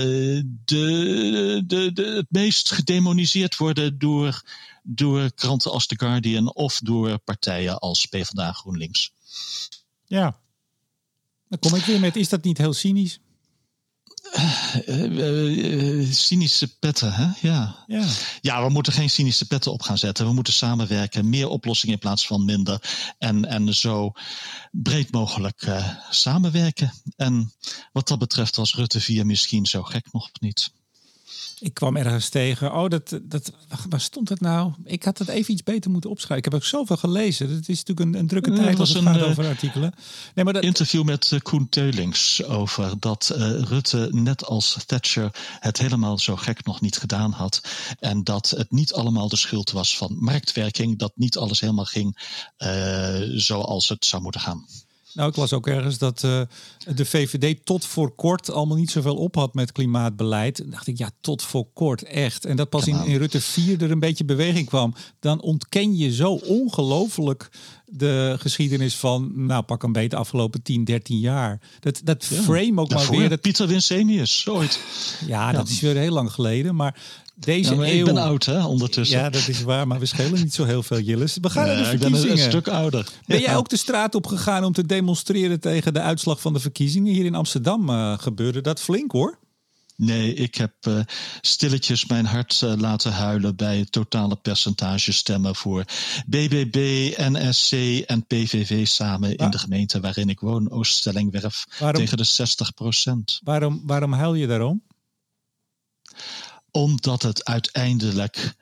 B: de, de, de, het meest gedemoniseerd worden door, door kranten als The Guardian of door partijen als PvdA GroenLinks.
A: Ja, dan kom ik weer met, is dat niet heel cynisch?
B: Uh, uh, uh, cynische petten, hè? Ja. Ja. ja, we moeten geen cynische petten op gaan zetten. We moeten samenwerken, meer oplossingen in plaats van minder. En, en zo breed mogelijk uh, samenwerken. En wat dat betreft was Rutte vier misschien zo gek nog niet.
A: Ik kwam ergens tegen. Oh, dat, dat, waar stond het nou? Ik had het even iets beter moeten opschrijven. Ik heb ook zoveel gelezen. Het is natuurlijk een, een drukke tijd als het gaat uh, over artikelen.
B: Nee, maar dat... interview met uh, Koen Teulings over dat uh, Rutte net als Thatcher het helemaal zo gek nog niet gedaan had. En dat het niet allemaal de schuld was van marktwerking. Dat niet alles helemaal ging uh, zoals het zou moeten gaan.
A: Nou, ik las ook ergens dat uh, de V V D tot voor kort allemaal niet zoveel op had met klimaatbeleid. Dan dacht ik, ja, tot voor kort, echt. En dat pas in, in Rutte vier er een beetje beweging kwam. Dan ontken je zo ongelooflijk de geschiedenis van, nou, pak een beetje de afgelopen tien, dertien jaar. Dat, dat ja, frame ook maar weer. Dat...
B: Pieter Winsemius, ooit.
A: Ja, dat ja. is weer heel lang geleden, maar... Deze
B: ja, maar
A: eeuw...
B: Ik ben oud, hè, ondertussen.
A: Ja, dat is waar, maar we schelen niet zo heel veel, Jilles. We gaan ja, naar de verkiezingen.
B: Ik ben een, een stuk ouder.
A: Ben jij ook de straat op gegaan om te demonstreren tegen de uitslag van de verkiezingen? Hier in Amsterdam uh, gebeurde dat flink, hoor.
B: Nee, ik heb uh, stilletjes mijn hart uh, laten huilen bij het totale percentage stemmen voor B B B, N S C en P V V samen ah. in de gemeente waarin ik woon, Oost-Stellingwerf, waarom, tegen de zestig procent.
A: Waarom, waarom huil je daarom?
B: Omdat het uiteindelijk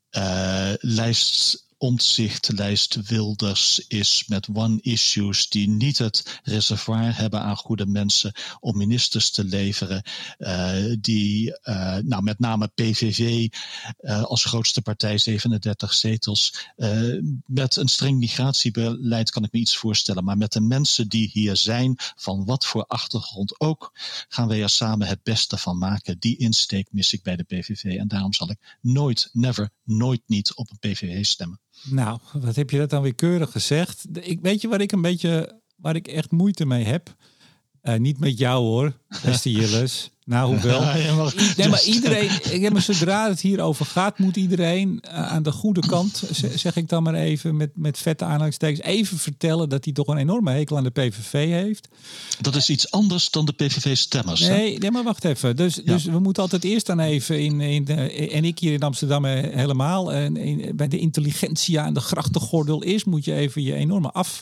B: uh, lijst Omtzigt, lijst Wilders is met one-issues die niet het reservoir hebben aan goede mensen om ministers te leveren. Uh, die uh, nou met name P V V uh, als grootste partij zevenendertig zetels. Uh, met een streng migratiebeleid kan ik me iets voorstellen. Maar met de mensen die hier zijn, van wat voor achtergrond ook, gaan wij er samen het beste van maken. Die insteek mis ik bij de P V V. En daarom zal ik nooit, never, nooit niet op een P V V stemmen.
A: Nou, wat heb je dat dan weer keurig gezegd? Ik, weet je waar ik een beetje, waar ik echt moeite mee heb? Uh, niet met jou hoor, beste Jilles. Nou, hoewel. Ja, ja, maar, nee, maar iedereen, ik maar zodra het hierover gaat, moet iedereen uh, aan de goede kant, zeg ik dan maar even met, met vette aanhalingstekens, even vertellen dat hij toch een enorme hekel aan de P V V heeft.
B: Dat is iets anders dan de P V V-stemmers.
A: Nee, nee, maar wacht even. Dus, ja. dus we moeten altijd eerst dan even in, in de, en ik hier in Amsterdam helemaal, en in, bij de intelligentia en de grachtengordel, eerst moet je even je enorme af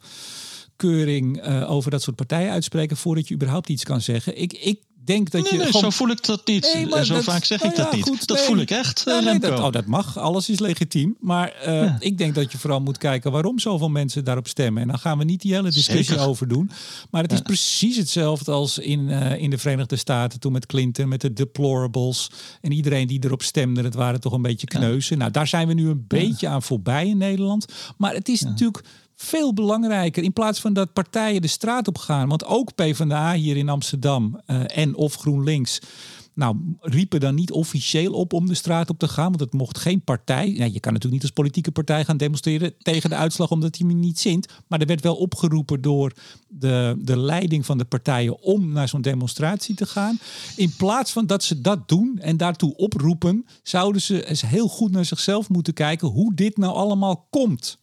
A: keuring uh, over dat soort partijen uitspreken voordat je überhaupt iets kan zeggen. Ik, ik denk dat
B: nee,
A: je
B: nee,
A: gewoon...
B: zo voel ik dat niet. Nee, maar zo dat, vaak zeg nou ik dat ja, niet. Goed, dat nee. voel ik echt. Ja, nee,
A: dat, oh, dat mag. Alles is legitiem. Maar uh, ja. ik denk dat je vooral moet kijken waarom zoveel mensen daarop stemmen. En dan gaan we niet die hele discussie Zeker. over doen. Maar het ja. is precies hetzelfde als in, uh, in de Verenigde Staten toen met Clinton, met de deplorables. En iedereen die erop stemde, dat waren toch een beetje kneuzen. Ja. Nou, daar zijn we nu een ja. beetje aan voorbij in Nederland. Maar het is ja. natuurlijk veel belangrijker in plaats van dat partijen de straat op gaan. Want ook PvdA hier in Amsterdam uh, en of GroenLinks, nou, riepen dan niet officieel op om de straat op te gaan. Want het mocht geen partij. Ja, je kan natuurlijk niet als politieke partij gaan demonstreren tegen de uitslag omdat hij me niet zint. Maar er werd wel opgeroepen door de, de leiding van de partijen om naar zo'n demonstratie te gaan. In plaats van dat ze dat doen en daartoe oproepen, zouden ze eens heel goed naar zichzelf moeten kijken hoe dit nou allemaal komt.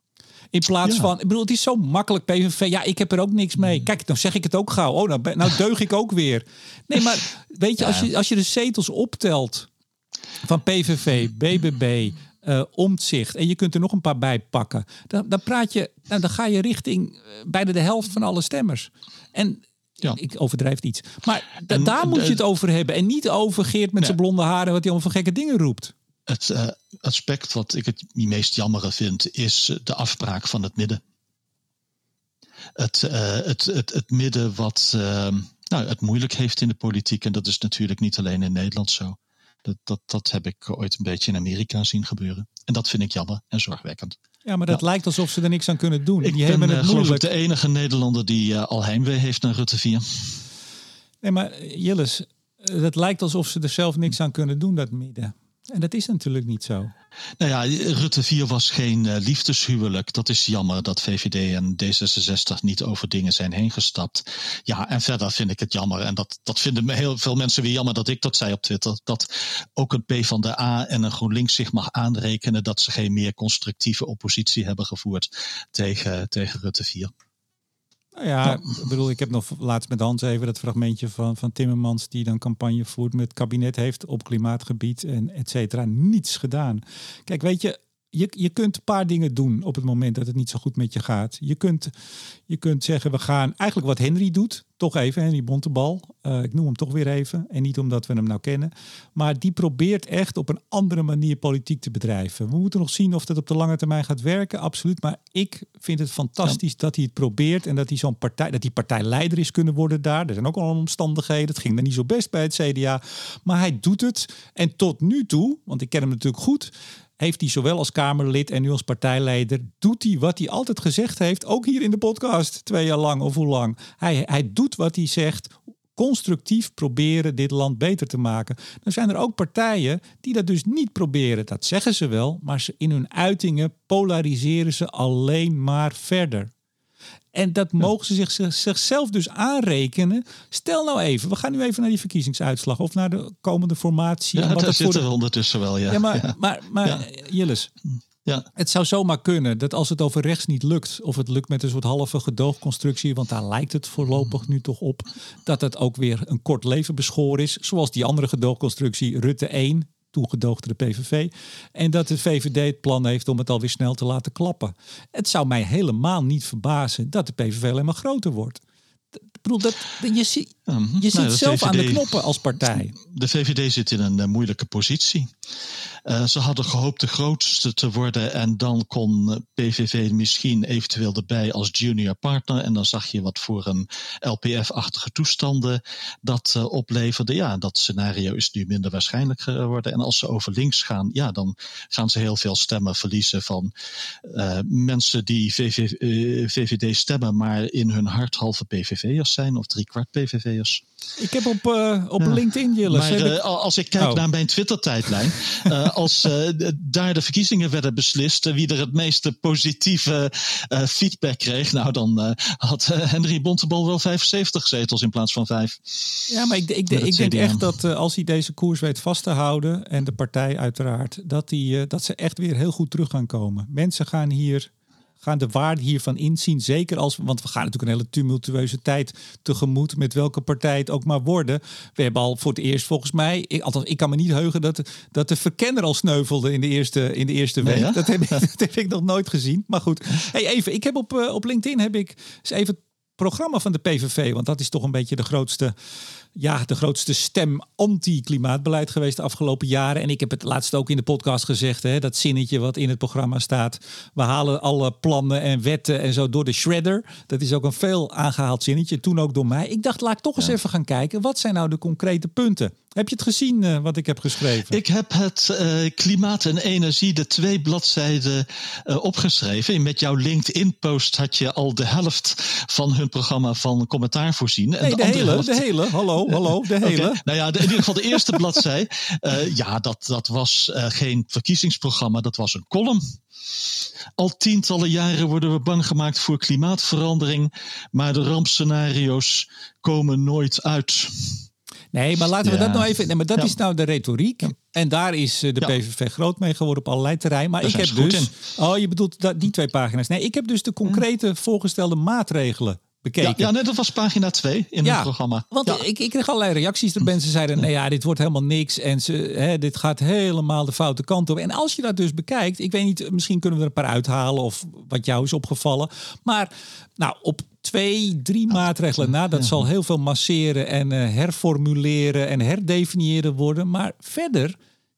A: In plaats ja. van, ik bedoel, het is zo makkelijk, P V V. Ja, ik heb er ook niks mee. Kijk, dan zeg ik het ook gauw. Oh, nou, nou deug ik ook weer. Nee, maar weet je, ja. als je, als je de zetels optelt van P V V, B B B, uh, Omtzigt, en je kunt er nog een paar bij pakken, dan, dan praat je, nou, dan ga je richting uh, bijna de helft van alle stemmers. En ja. ik overdrijf iets. Maar da, en, daar moet je het over hebben. En niet over Geert met nee. zijn blonde haren, wat hij allemaal van gekke dingen roept.
B: het uh, aspect wat ik het meest jammere vind, is de afbraak van het midden. Het, uh, het, het, het midden wat uh, nou, het moeilijk heeft in de politiek. En dat is natuurlijk niet alleen in Nederland zo. Dat, dat, dat heb ik ooit een beetje in Amerika zien gebeuren. En dat vind ik jammer en zorgwekkend.
A: Ja, maar dat ja. lijkt alsof ze er niks aan kunnen doen.
B: Ik
A: die
B: ben
A: hebben het
B: uh, geloof ik
A: moeilijk.
B: de enige Nederlander die uh, al heimwee heeft naar Rutte vier.
A: Nee, maar Jilles, het lijkt alsof ze er zelf niks aan kunnen doen, dat midden. En dat is natuurlijk niet zo.
B: Nou ja, Rutte vier was geen uh, liefdeshuwelijk. Dat is jammer dat V V D en D zesenzestig niet over dingen zijn heen gestapt. Ja, en verder vind ik het jammer. En dat, dat vinden heel veel mensen weer jammer dat ik dat zei op Twitter. Dat ook een PvdA en een GroenLinks zich mag aanrekenen dat ze geen meer constructieve oppositie hebben gevoerd tegen, tegen Rutte vier.
A: Nou ja, ja, ik bedoel, ik heb nog laatst met Hans even dat fragmentje van, van Timmermans die dan campagne voert met het kabinet heeft op klimaatgebied en et cetera. Niets gedaan. Kijk, weet je, je, je kunt een paar dingen doen op het moment dat het niet zo goed met je gaat. Je kunt, je kunt zeggen, we gaan eigenlijk wat Henry doet. Toch even, Henry Bontebal. Uh, ik noem hem toch weer even. En niet omdat we hem nou kennen. Maar die probeert echt op een andere manier politiek te bedrijven. We moeten nog zien of dat op de lange termijn gaat werken. Absoluut. Maar ik vind het fantastisch ja. dat hij het probeert. En dat hij zo'n partij, dat hij partijleider is kunnen worden daar. Er zijn ook al omstandigheden. Het ging er niet zo best bij het C D A. Maar hij doet het. En tot nu toe, want ik ken hem natuurlijk goed, heeft hij zowel als Kamerlid en nu als partijleider, doet hij wat hij altijd gezegd heeft, ook hier in de podcast, twee jaar lang of hoe lang. Hij, hij doet wat hij zegt, constructief proberen dit land beter te maken. Dan zijn er ook partijen die dat dus niet proberen. Dat zeggen ze wel, maar ze in hun uitingen polariseren ze alleen maar verder. En dat mogen ze zich, zichzelf dus aanrekenen. Stel nou even, we gaan nu even naar die verkiezingsuitslag of naar de komende formatie.
B: Ja,
A: en wat
B: daar zitten
A: de...
B: we ondertussen wel, ja.
A: Ja, maar,
B: ja.
A: maar, maar ja. Jilles, ja. Het zou zomaar kunnen dat als het over rechts niet lukt, of het lukt met een soort halve gedoogconstructie, want daar lijkt het voorlopig nu toch op, dat het ook weer een kort leven beschoren is, zoals die andere gedoogconstructie Rutte één, toegedoogde de P V V. En dat de V V D het plan heeft om het alweer snel te laten klappen. Het zou mij helemaal niet verbazen dat de P V V alleen maar groter wordt. Ik bedoel, dat, je, zie, je zit nou, zelf V V D, aan de knoppen als partij.
B: De V V D zit in een uh, moeilijke positie. Uh, ze hadden gehoopt de grootste te worden en dan kon P V V misschien eventueel erbij als junior partner. En dan zag je wat voor een L P F-achtige toestanden dat uh, opleverde. Ja, dat scenario is nu minder waarschijnlijk geworden. En als ze over links gaan, ja, dan gaan ze heel veel stemmen verliezen van uh, mensen die V V, uh, V V D stemmen, maar in hun hart halve P V V'ers zijn of driekwart P V V'ers.
A: Ik heb op, uh, op ja. LinkedIn, Jilles.
B: Maar uh, als ik kijk oh. naar mijn Twitter-tijdlijn, uh, als uh, daar de verkiezingen werden beslist, uh, wie er het meeste positieve uh, feedback kreeg, nou dan uh, had uh, Henry Bontebal wel vijfenzeventig zetels in plaats van vijf.
A: Ja, maar ik, ik, ik denk echt dat uh, als hij deze koers weet vast te houden, en de partij uiteraard, dat, die, uh, dat ze echt weer heel goed terug gaan komen. Mensen gaan hier... gaan de waarde hiervan inzien. Zeker als, want we gaan natuurlijk een hele tumultueuze tijd tegemoet met welke partij het ook maar worden. We hebben al voor het eerst volgens mij, ik, althans ik kan me niet heugen dat, dat de verkenner al sneuvelde in de eerste, in de eerste week. Nee, ja? dat, heb ik, dat heb ik nog nooit gezien. Maar goed, hey, even, ik heb op, uh, op LinkedIn heb ik eens even het programma van de P V V, want dat is toch een beetje de grootste... Ja, de grootste stem anti-klimaatbeleid geweest de afgelopen jaren. En ik heb het laatst ook in de podcast gezegd, hè, dat zinnetje wat in het programma staat. We halen alle plannen en wetten en zo door de shredder. Dat is ook een veel aangehaald zinnetje, toen ook door mij. Ik dacht, laat ik toch eens ja. even gaan kijken. Wat zijn nou de concrete punten? Heb je het gezien uh, wat ik heb geschreven?
B: Ik heb het uh, klimaat en energie, de twee bladzijden uh, opgeschreven. Met jouw LinkedIn-post had je al de helft van hun programma van commentaar voorzien. En
A: nee, de,
B: de,
A: hele,
B: helft...
A: de hele, hallo, hallo, de hele.
B: Okay. Nou ja, de, in ieder geval de eerste bladzij. Uh, ja, dat, dat was uh, geen verkiezingsprogramma, dat was een column. Al tientallen jaren worden we bang gemaakt voor klimaatverandering, maar de rampscenario's komen nooit uit.
A: Nee, maar laten we ja. dat nou even... Nee, maar dat ja. is nou de retoriek. Ja. En daar is de ja. P V V groot mee geworden op allerlei terreinen. Maar daar ik heb dus... In. Oh, je bedoelt dat, die twee pagina's. Nee, ik heb dus de concrete voorgestelde maatregelen bekeken.
B: Ja, ja nee, dat was pagina twee in ja, het programma.
A: Want
B: ja.
A: ik, ik kreeg allerlei reacties. Dat mensen zeiden, nee ja, dit wordt helemaal niks. En ze, hè, dit gaat helemaal de foute kant op. En als je dat dus bekijkt... Ik weet niet, misschien kunnen we er een paar uithalen... of wat jou is opgevallen. Maar nou, op twee, drie maatregelen na... dat ja. zal heel veel masseren en uh, herformuleren... en herdefiniëren worden. Maar verder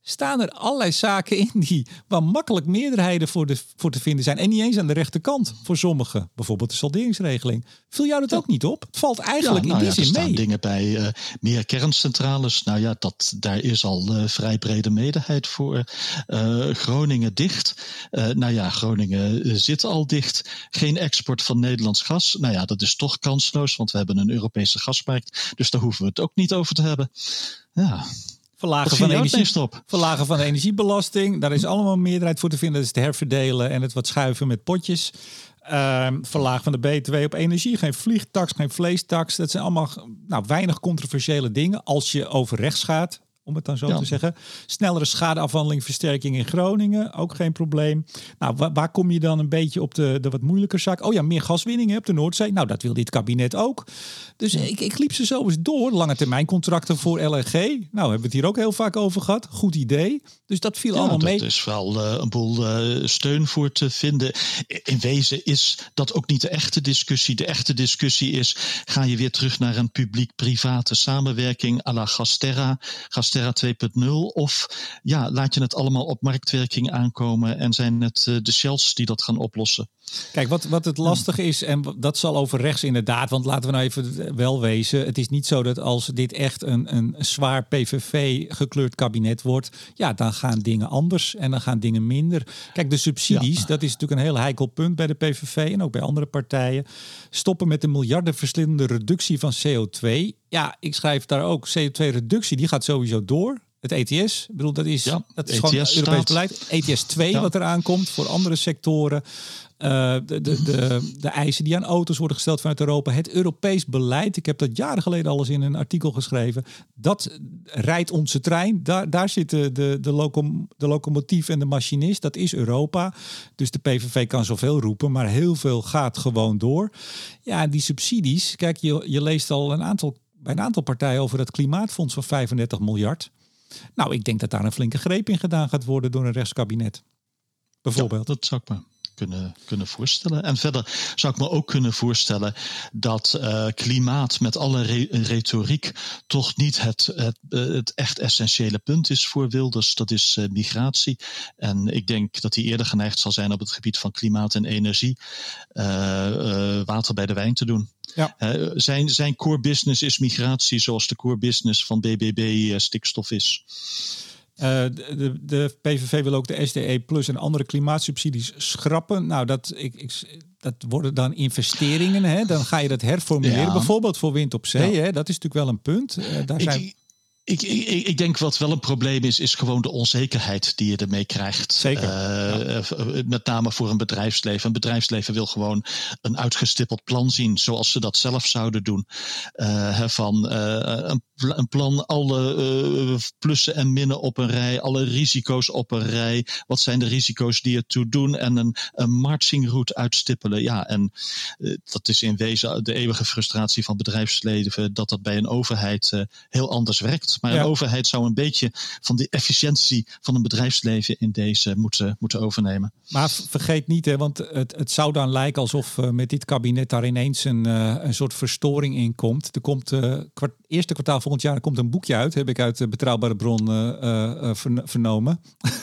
A: staan er allerlei zaken in die waar makkelijk meerderheden voor, de, voor te vinden zijn. En niet eens aan de rechterkant voor sommigen. Bijvoorbeeld de salderingsregeling. Viel jou dat ja. ook niet op? Het valt eigenlijk ja, nou in die ja, zin mee.
B: Er staan dingen bij uh, meer kerncentrales. Nou ja, dat, daar is al uh, vrij brede meerderheid voor. Uh, Groningen dicht. Uh, nou ja, Groningen uh, zit al dicht. Geen export van Nederlands gas. Nou ja, dat is toch kansloos, want we hebben een Europese gasmarkt. Dus daar hoeven we het ook niet over te hebben. Ja.
A: Verlagen van, energie, verlagen van de energiebelasting. Daar is allemaal meerderheid voor te vinden. Dat is het herverdelen en het wat schuiven met potjes. Uh, verlaag van de B T W op energie. Geen vliegtax, geen vleestaks. Dat zijn allemaal nou, weinig controversiële dingen. Als je over rechts gaat, om het dan zo ja. te zeggen. Snellere schadeafhandeling, versterking in Groningen. Ook geen probleem. Nou, waar, waar kom je dan een beetje op de, de wat moeilijker zaak? Oh ja, meer gaswinning hè, op de Noordzee. Nou, dat wil dit kabinet ook. Dus ja. ik, ik liep ze zo eens door. Lange termijn contracten voor L N G. Nou, hebben we het hier ook heel vaak over gehad. Goed idee. Dus dat viel
B: ja,
A: allemaal mee.
B: Er is wel uh, een boel uh, steun voor te vinden. In wezen is dat ook niet de echte discussie. De echte discussie is, ga je weer terug naar een publiek-private samenwerking à la Gasterra, Gasterra twee punt nul, of ja, laat je het allemaal op marktwerking aankomen en zijn het uh, de Shells die dat gaan oplossen?
A: Kijk, wat, wat het lastige is, en dat zal over rechts inderdaad, want laten we nou even wel wezen, het is niet zo dat als dit echt een, een zwaar P V V gekleurd kabinet wordt, ja, dan gaan dingen anders en dan gaan dingen minder. Kijk, de subsidies, ja. dat is natuurlijk een heel heikel punt bij de P V V en ook bij andere partijen. Stoppen met de miljardenverslindende reductie van C O twee. Ja, ik schrijf daar ook, C O twee reductie, die gaat sowieso door. Het E T S, ik bedoel, dat is, ja, dat is E T S gewoon Europees staat. Beleid. E T S twee, ja. wat eraan komt voor andere sectoren. Uh, de, de, de, de eisen die aan auto's worden gesteld vanuit Europa. Het Europees beleid, ik heb dat jaren geleden alles in een artikel geschreven. Dat rijdt onze trein. Daar, daar zitten de, de, locom, de locomotief en de machinist. Dat is Europa. Dus de P V V kan zoveel roepen, maar heel veel gaat gewoon door. Ja, die subsidies. Kijk, je, je leest al een aantal, bij een aantal partijen over het klimaatfonds van vijfendertig miljard. Nou, ik denk dat daar een flinke greep in gedaan gaat worden door een rechtskabinet. Bijvoorbeeld.
B: Ja, dat zou ik me kunnen, kunnen voorstellen. En verder zou ik me ook kunnen voorstellen dat uh, klimaat met alle re- retoriek toch niet het, het, het echt essentiële punt is voor Wilders. Dat is uh, migratie. En ik denk dat hij eerder geneigd zal zijn op het gebied van klimaat en energie uh, uh, water bij de wijn te doen. Ja. Uh, zijn, zijn core business is migratie, zoals de core business van B B B uh, stikstof is.
A: Uh, de, de P V V wil ook de S D E plus en andere klimaatsubsidies schrappen. Nou, dat, ik, ik, dat worden dan investeringen. Hè? Dan ga je dat herformuleren. Ja. Bijvoorbeeld voor wind op zee. Ja. Hè? Dat is natuurlijk wel een punt. Uh, daar zijn...
B: Ik, Ik, ik, ik denk wat wel een probleem is, is gewoon de onzekerheid die je ermee krijgt.
A: Zeker. Uh,
B: ja. Met name voor een bedrijfsleven. Een bedrijfsleven wil gewoon een uitgestippeld plan zien, zoals ze dat zelf zouden doen. Uh, van uh, een, een plan, alle uh, plussen en minnen op een rij, alle risico's op een rij. Wat zijn de risico's die ertoe doen? En een, een marching route uitstippelen. Ja, en uh, dat is in wezen de eeuwige frustratie van bedrijfsleven, dat dat bij een overheid uh, heel anders werkt. Maar ja. Een overheid zou een beetje van de efficiëntie van een bedrijfsleven in deze moeten, moeten overnemen.
A: Maar vergeet niet, hè, want het, het zou dan lijken alsof uh, met dit kabinet daar ineens een, uh, een soort verstoring in komt. Er komt uh, kwart, eerste kwartaal volgend jaar komt een boekje uit, heb ik uit de Betrouwbare Bron uh, uh, vernomen.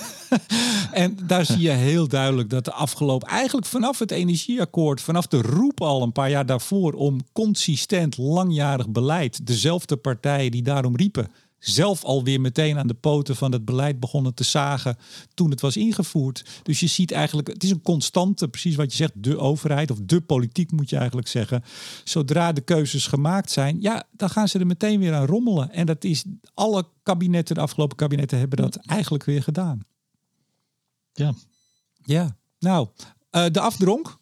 A: En daar zie je heel duidelijk dat de afgelopen, eigenlijk vanaf het energieakkoord, vanaf de roep al een paar jaar daarvoor om consistent langjarig beleid, dezelfde partijen die daarom riepen, zelf alweer meteen aan de poten van het beleid begonnen te zagen toen het was ingevoerd. Dus je ziet eigenlijk, het is een constante, precies wat je zegt, de overheid of de politiek moet je eigenlijk zeggen. Zodra de keuzes gemaakt zijn, ja, dan gaan ze er meteen weer aan rommelen. En dat is, alle kabinetten, de afgelopen kabinetten hebben dat eigenlijk weer gedaan.
B: Ja.
A: Ja, nou, uh, de afdronk?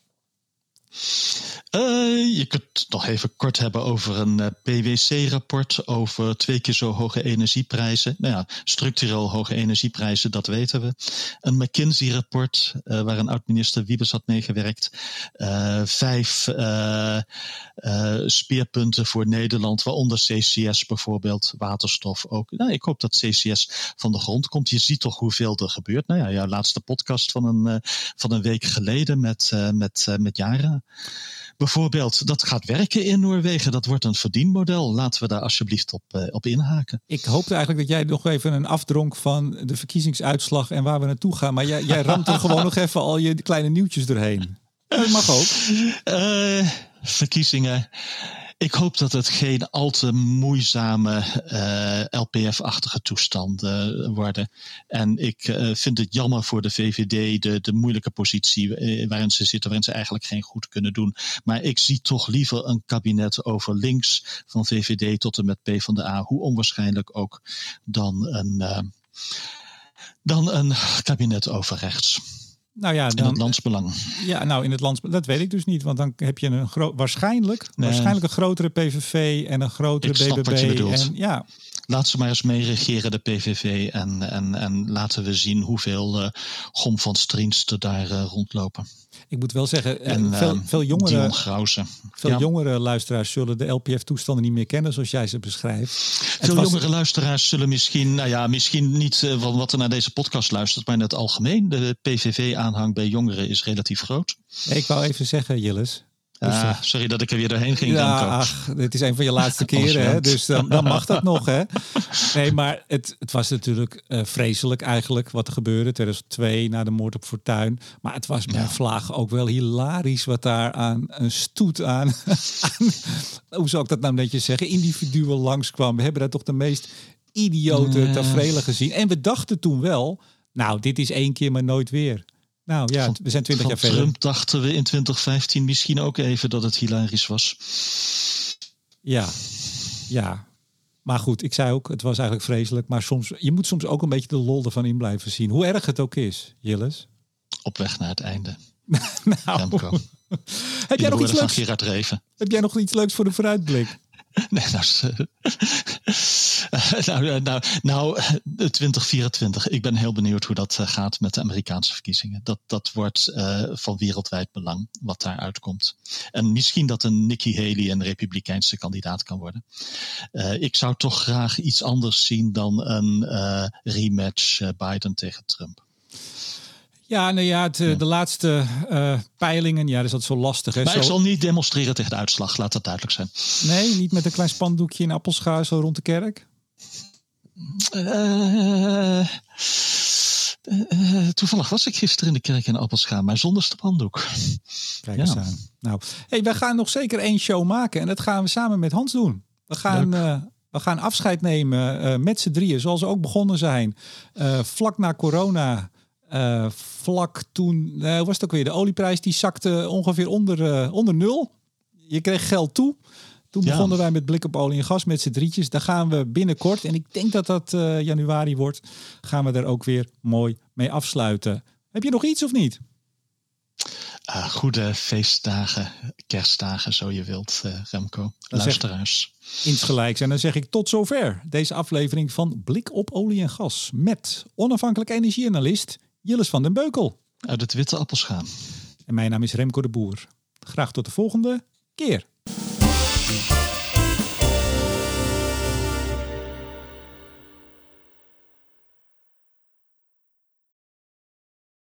B: Uh, je kunt het nog even kort hebben over een uh, P W C-rapport over twee keer zo hoge energieprijzen. Nou ja, structureel hoge energieprijzen, dat weten we. Een McKinsey-rapport uh, waar een oud-minister Wiebes had meegewerkt. Uh, vijf uh, uh, speerpunten voor Nederland, waaronder C C S bijvoorbeeld, waterstof ook. Nou, ik hoop dat C C S van de grond komt. Je ziet toch hoeveel er gebeurt. Nou ja, jouw laatste podcast van een, uh, van een week geleden met, uh, met, uh, met Jara. bijvoorbeeld, dat gaat werken in Noorwegen. Dat wordt een verdienmodel. Laten we daar alsjeblieft op, uh, op inhaken.
A: Ik hoopte eigenlijk dat jij nog even een afdronk van de verkiezingsuitslag en waar we naartoe gaan. Maar jij, jij ramt er gewoon nog even al je kleine nieuwtjes doorheen. Dat mag ook.
B: Uh, verkiezingen. Ik hoop dat het geen al te moeizame uh, L P F-achtige toestanden worden. En ik uh, vind het jammer voor de V V D, de, de moeilijke positie uh, waarin ze zitten, waarin ze eigenlijk geen goed kunnen doen. Maar ik zie toch liever een kabinet over links, van V V D tot en met PvdA, hoe onwaarschijnlijk ook, dan een, uh, dan een kabinet over rechts.
A: Nou ja, dan,
B: in het landsbelang.
A: Ja, nou in het landsbelang, dat weet ik dus niet. Want dan heb je een gro- waarschijnlijk, nee. waarschijnlijk een grotere P V V en een grotere
B: ik snap
A: B B B.
B: Wat je bedoelt.
A: En, ja.
B: Laat ze maar eens meeregeren, de P V V. En, en, en laten we zien hoeveel uh, Gom van Striensten daar uh, rondlopen.
A: Ik moet wel zeggen,
B: en,
A: veel, veel, jongere, veel
B: ja.
A: jongere luisteraars zullen de L P F-toestanden niet meer kennen zoals jij ze beschrijft.
B: Veel was... jongere luisteraars zullen misschien, nou ja, misschien niet uh, van wat er naar deze podcast luistert, maar in het algemeen. De P V V-aanhang bij jongeren is relatief groot.
A: Ik wou even zeggen, Jilles.
B: Ah, sorry dat ik er weer doorheen ging.
A: Ja, ach, dit is een van je laatste keren, hè? Dus dan, dan mag dat nog, hè? Nee, maar het, het was natuurlijk uh, vreselijk eigenlijk wat er gebeurde. tweeduizend twee, na de moord op Fortuyn. Maar het was bij ja. Vlaag ook wel hilarisch wat daar aan een stoet aan, aan... Hoe zou ik dat nou netjes zeggen? Individuen langskwam. We hebben daar toch de meest idiote nee. taferelen gezien. En we dachten toen wel, nou, dit is één keer maar nooit weer. Nou ja,
B: van,
A: we zijn twintig jaar verder.
B: Trump dachten we in twintig vijftien misschien ook even dat het hilarisch was.
A: Ja, ja. Maar goed, ik zei ook, het was eigenlijk vreselijk. Maar soms, je moet soms ook een beetje de lol ervan in blijven zien. Hoe erg het ook is, Jilles.
B: Op weg naar het einde.
A: nou, heb jij nog iets leuks?
B: Gerard Reven.
A: Heb jij nog iets leuks voor de vooruitblik?
B: Nee, nou, nou, nou, nou, twintig vierentwintig. Ik ben heel benieuwd hoe dat gaat met de Amerikaanse verkiezingen. Dat, dat wordt uh, van wereldwijd belang wat daar uitkomt. En misschien dat een Nikki Haley een republikeinse kandidaat kan worden. Uh, ik zou toch graag iets anders zien dan een uh, rematch uh, Biden tegen Trump.
A: Ja, nou ja, het, ja. de laatste uh, peilingen, ja, dat is dat zo lastig. Hè?
B: Maar
A: zo...
B: ik zal niet demonstreren tegen de uitslag, laat dat duidelijk zijn.
A: Nee, niet met een klein spandoekje in Appelscha zo rond de kerk?
B: Uh, uh, toevallig was ik gisteren in de kerk in Appelscha, maar zonder spandoek.
A: Kijk eens ja. aan. Nou, hey, wij gaan nog zeker één show maken en dat gaan we samen met Hans doen. We gaan... Uh, We gaan afscheid nemen uh, met z'n drieën, zoals we ook begonnen zijn. Uh, vlak na corona... Uh, vlak toen, uh, hoe was het ook weer? De olieprijs die zakte ongeveer onder, uh, onder nul. Je kreeg geld toe. Toen ja. begonnen wij met Blik op olie en gas met z'n drietjes. Daar gaan we binnenkort, en ik denk dat dat uh, januari wordt, gaan we er ook weer mooi mee afsluiten. Heb je nog iets of niet?
B: Uh, goede feestdagen, kerstdagen, zo je wilt, uh, Remco. Dan luisteraars.
A: Insgelijks. En dan zeg ik tot zover deze aflevering van Blik op olie en gas. Met onafhankelijk energieanalist Jilles van den Beukel.
B: Uit het Witte Appelscha.
A: En mijn naam is Remco de Boer. Graag tot de volgende keer.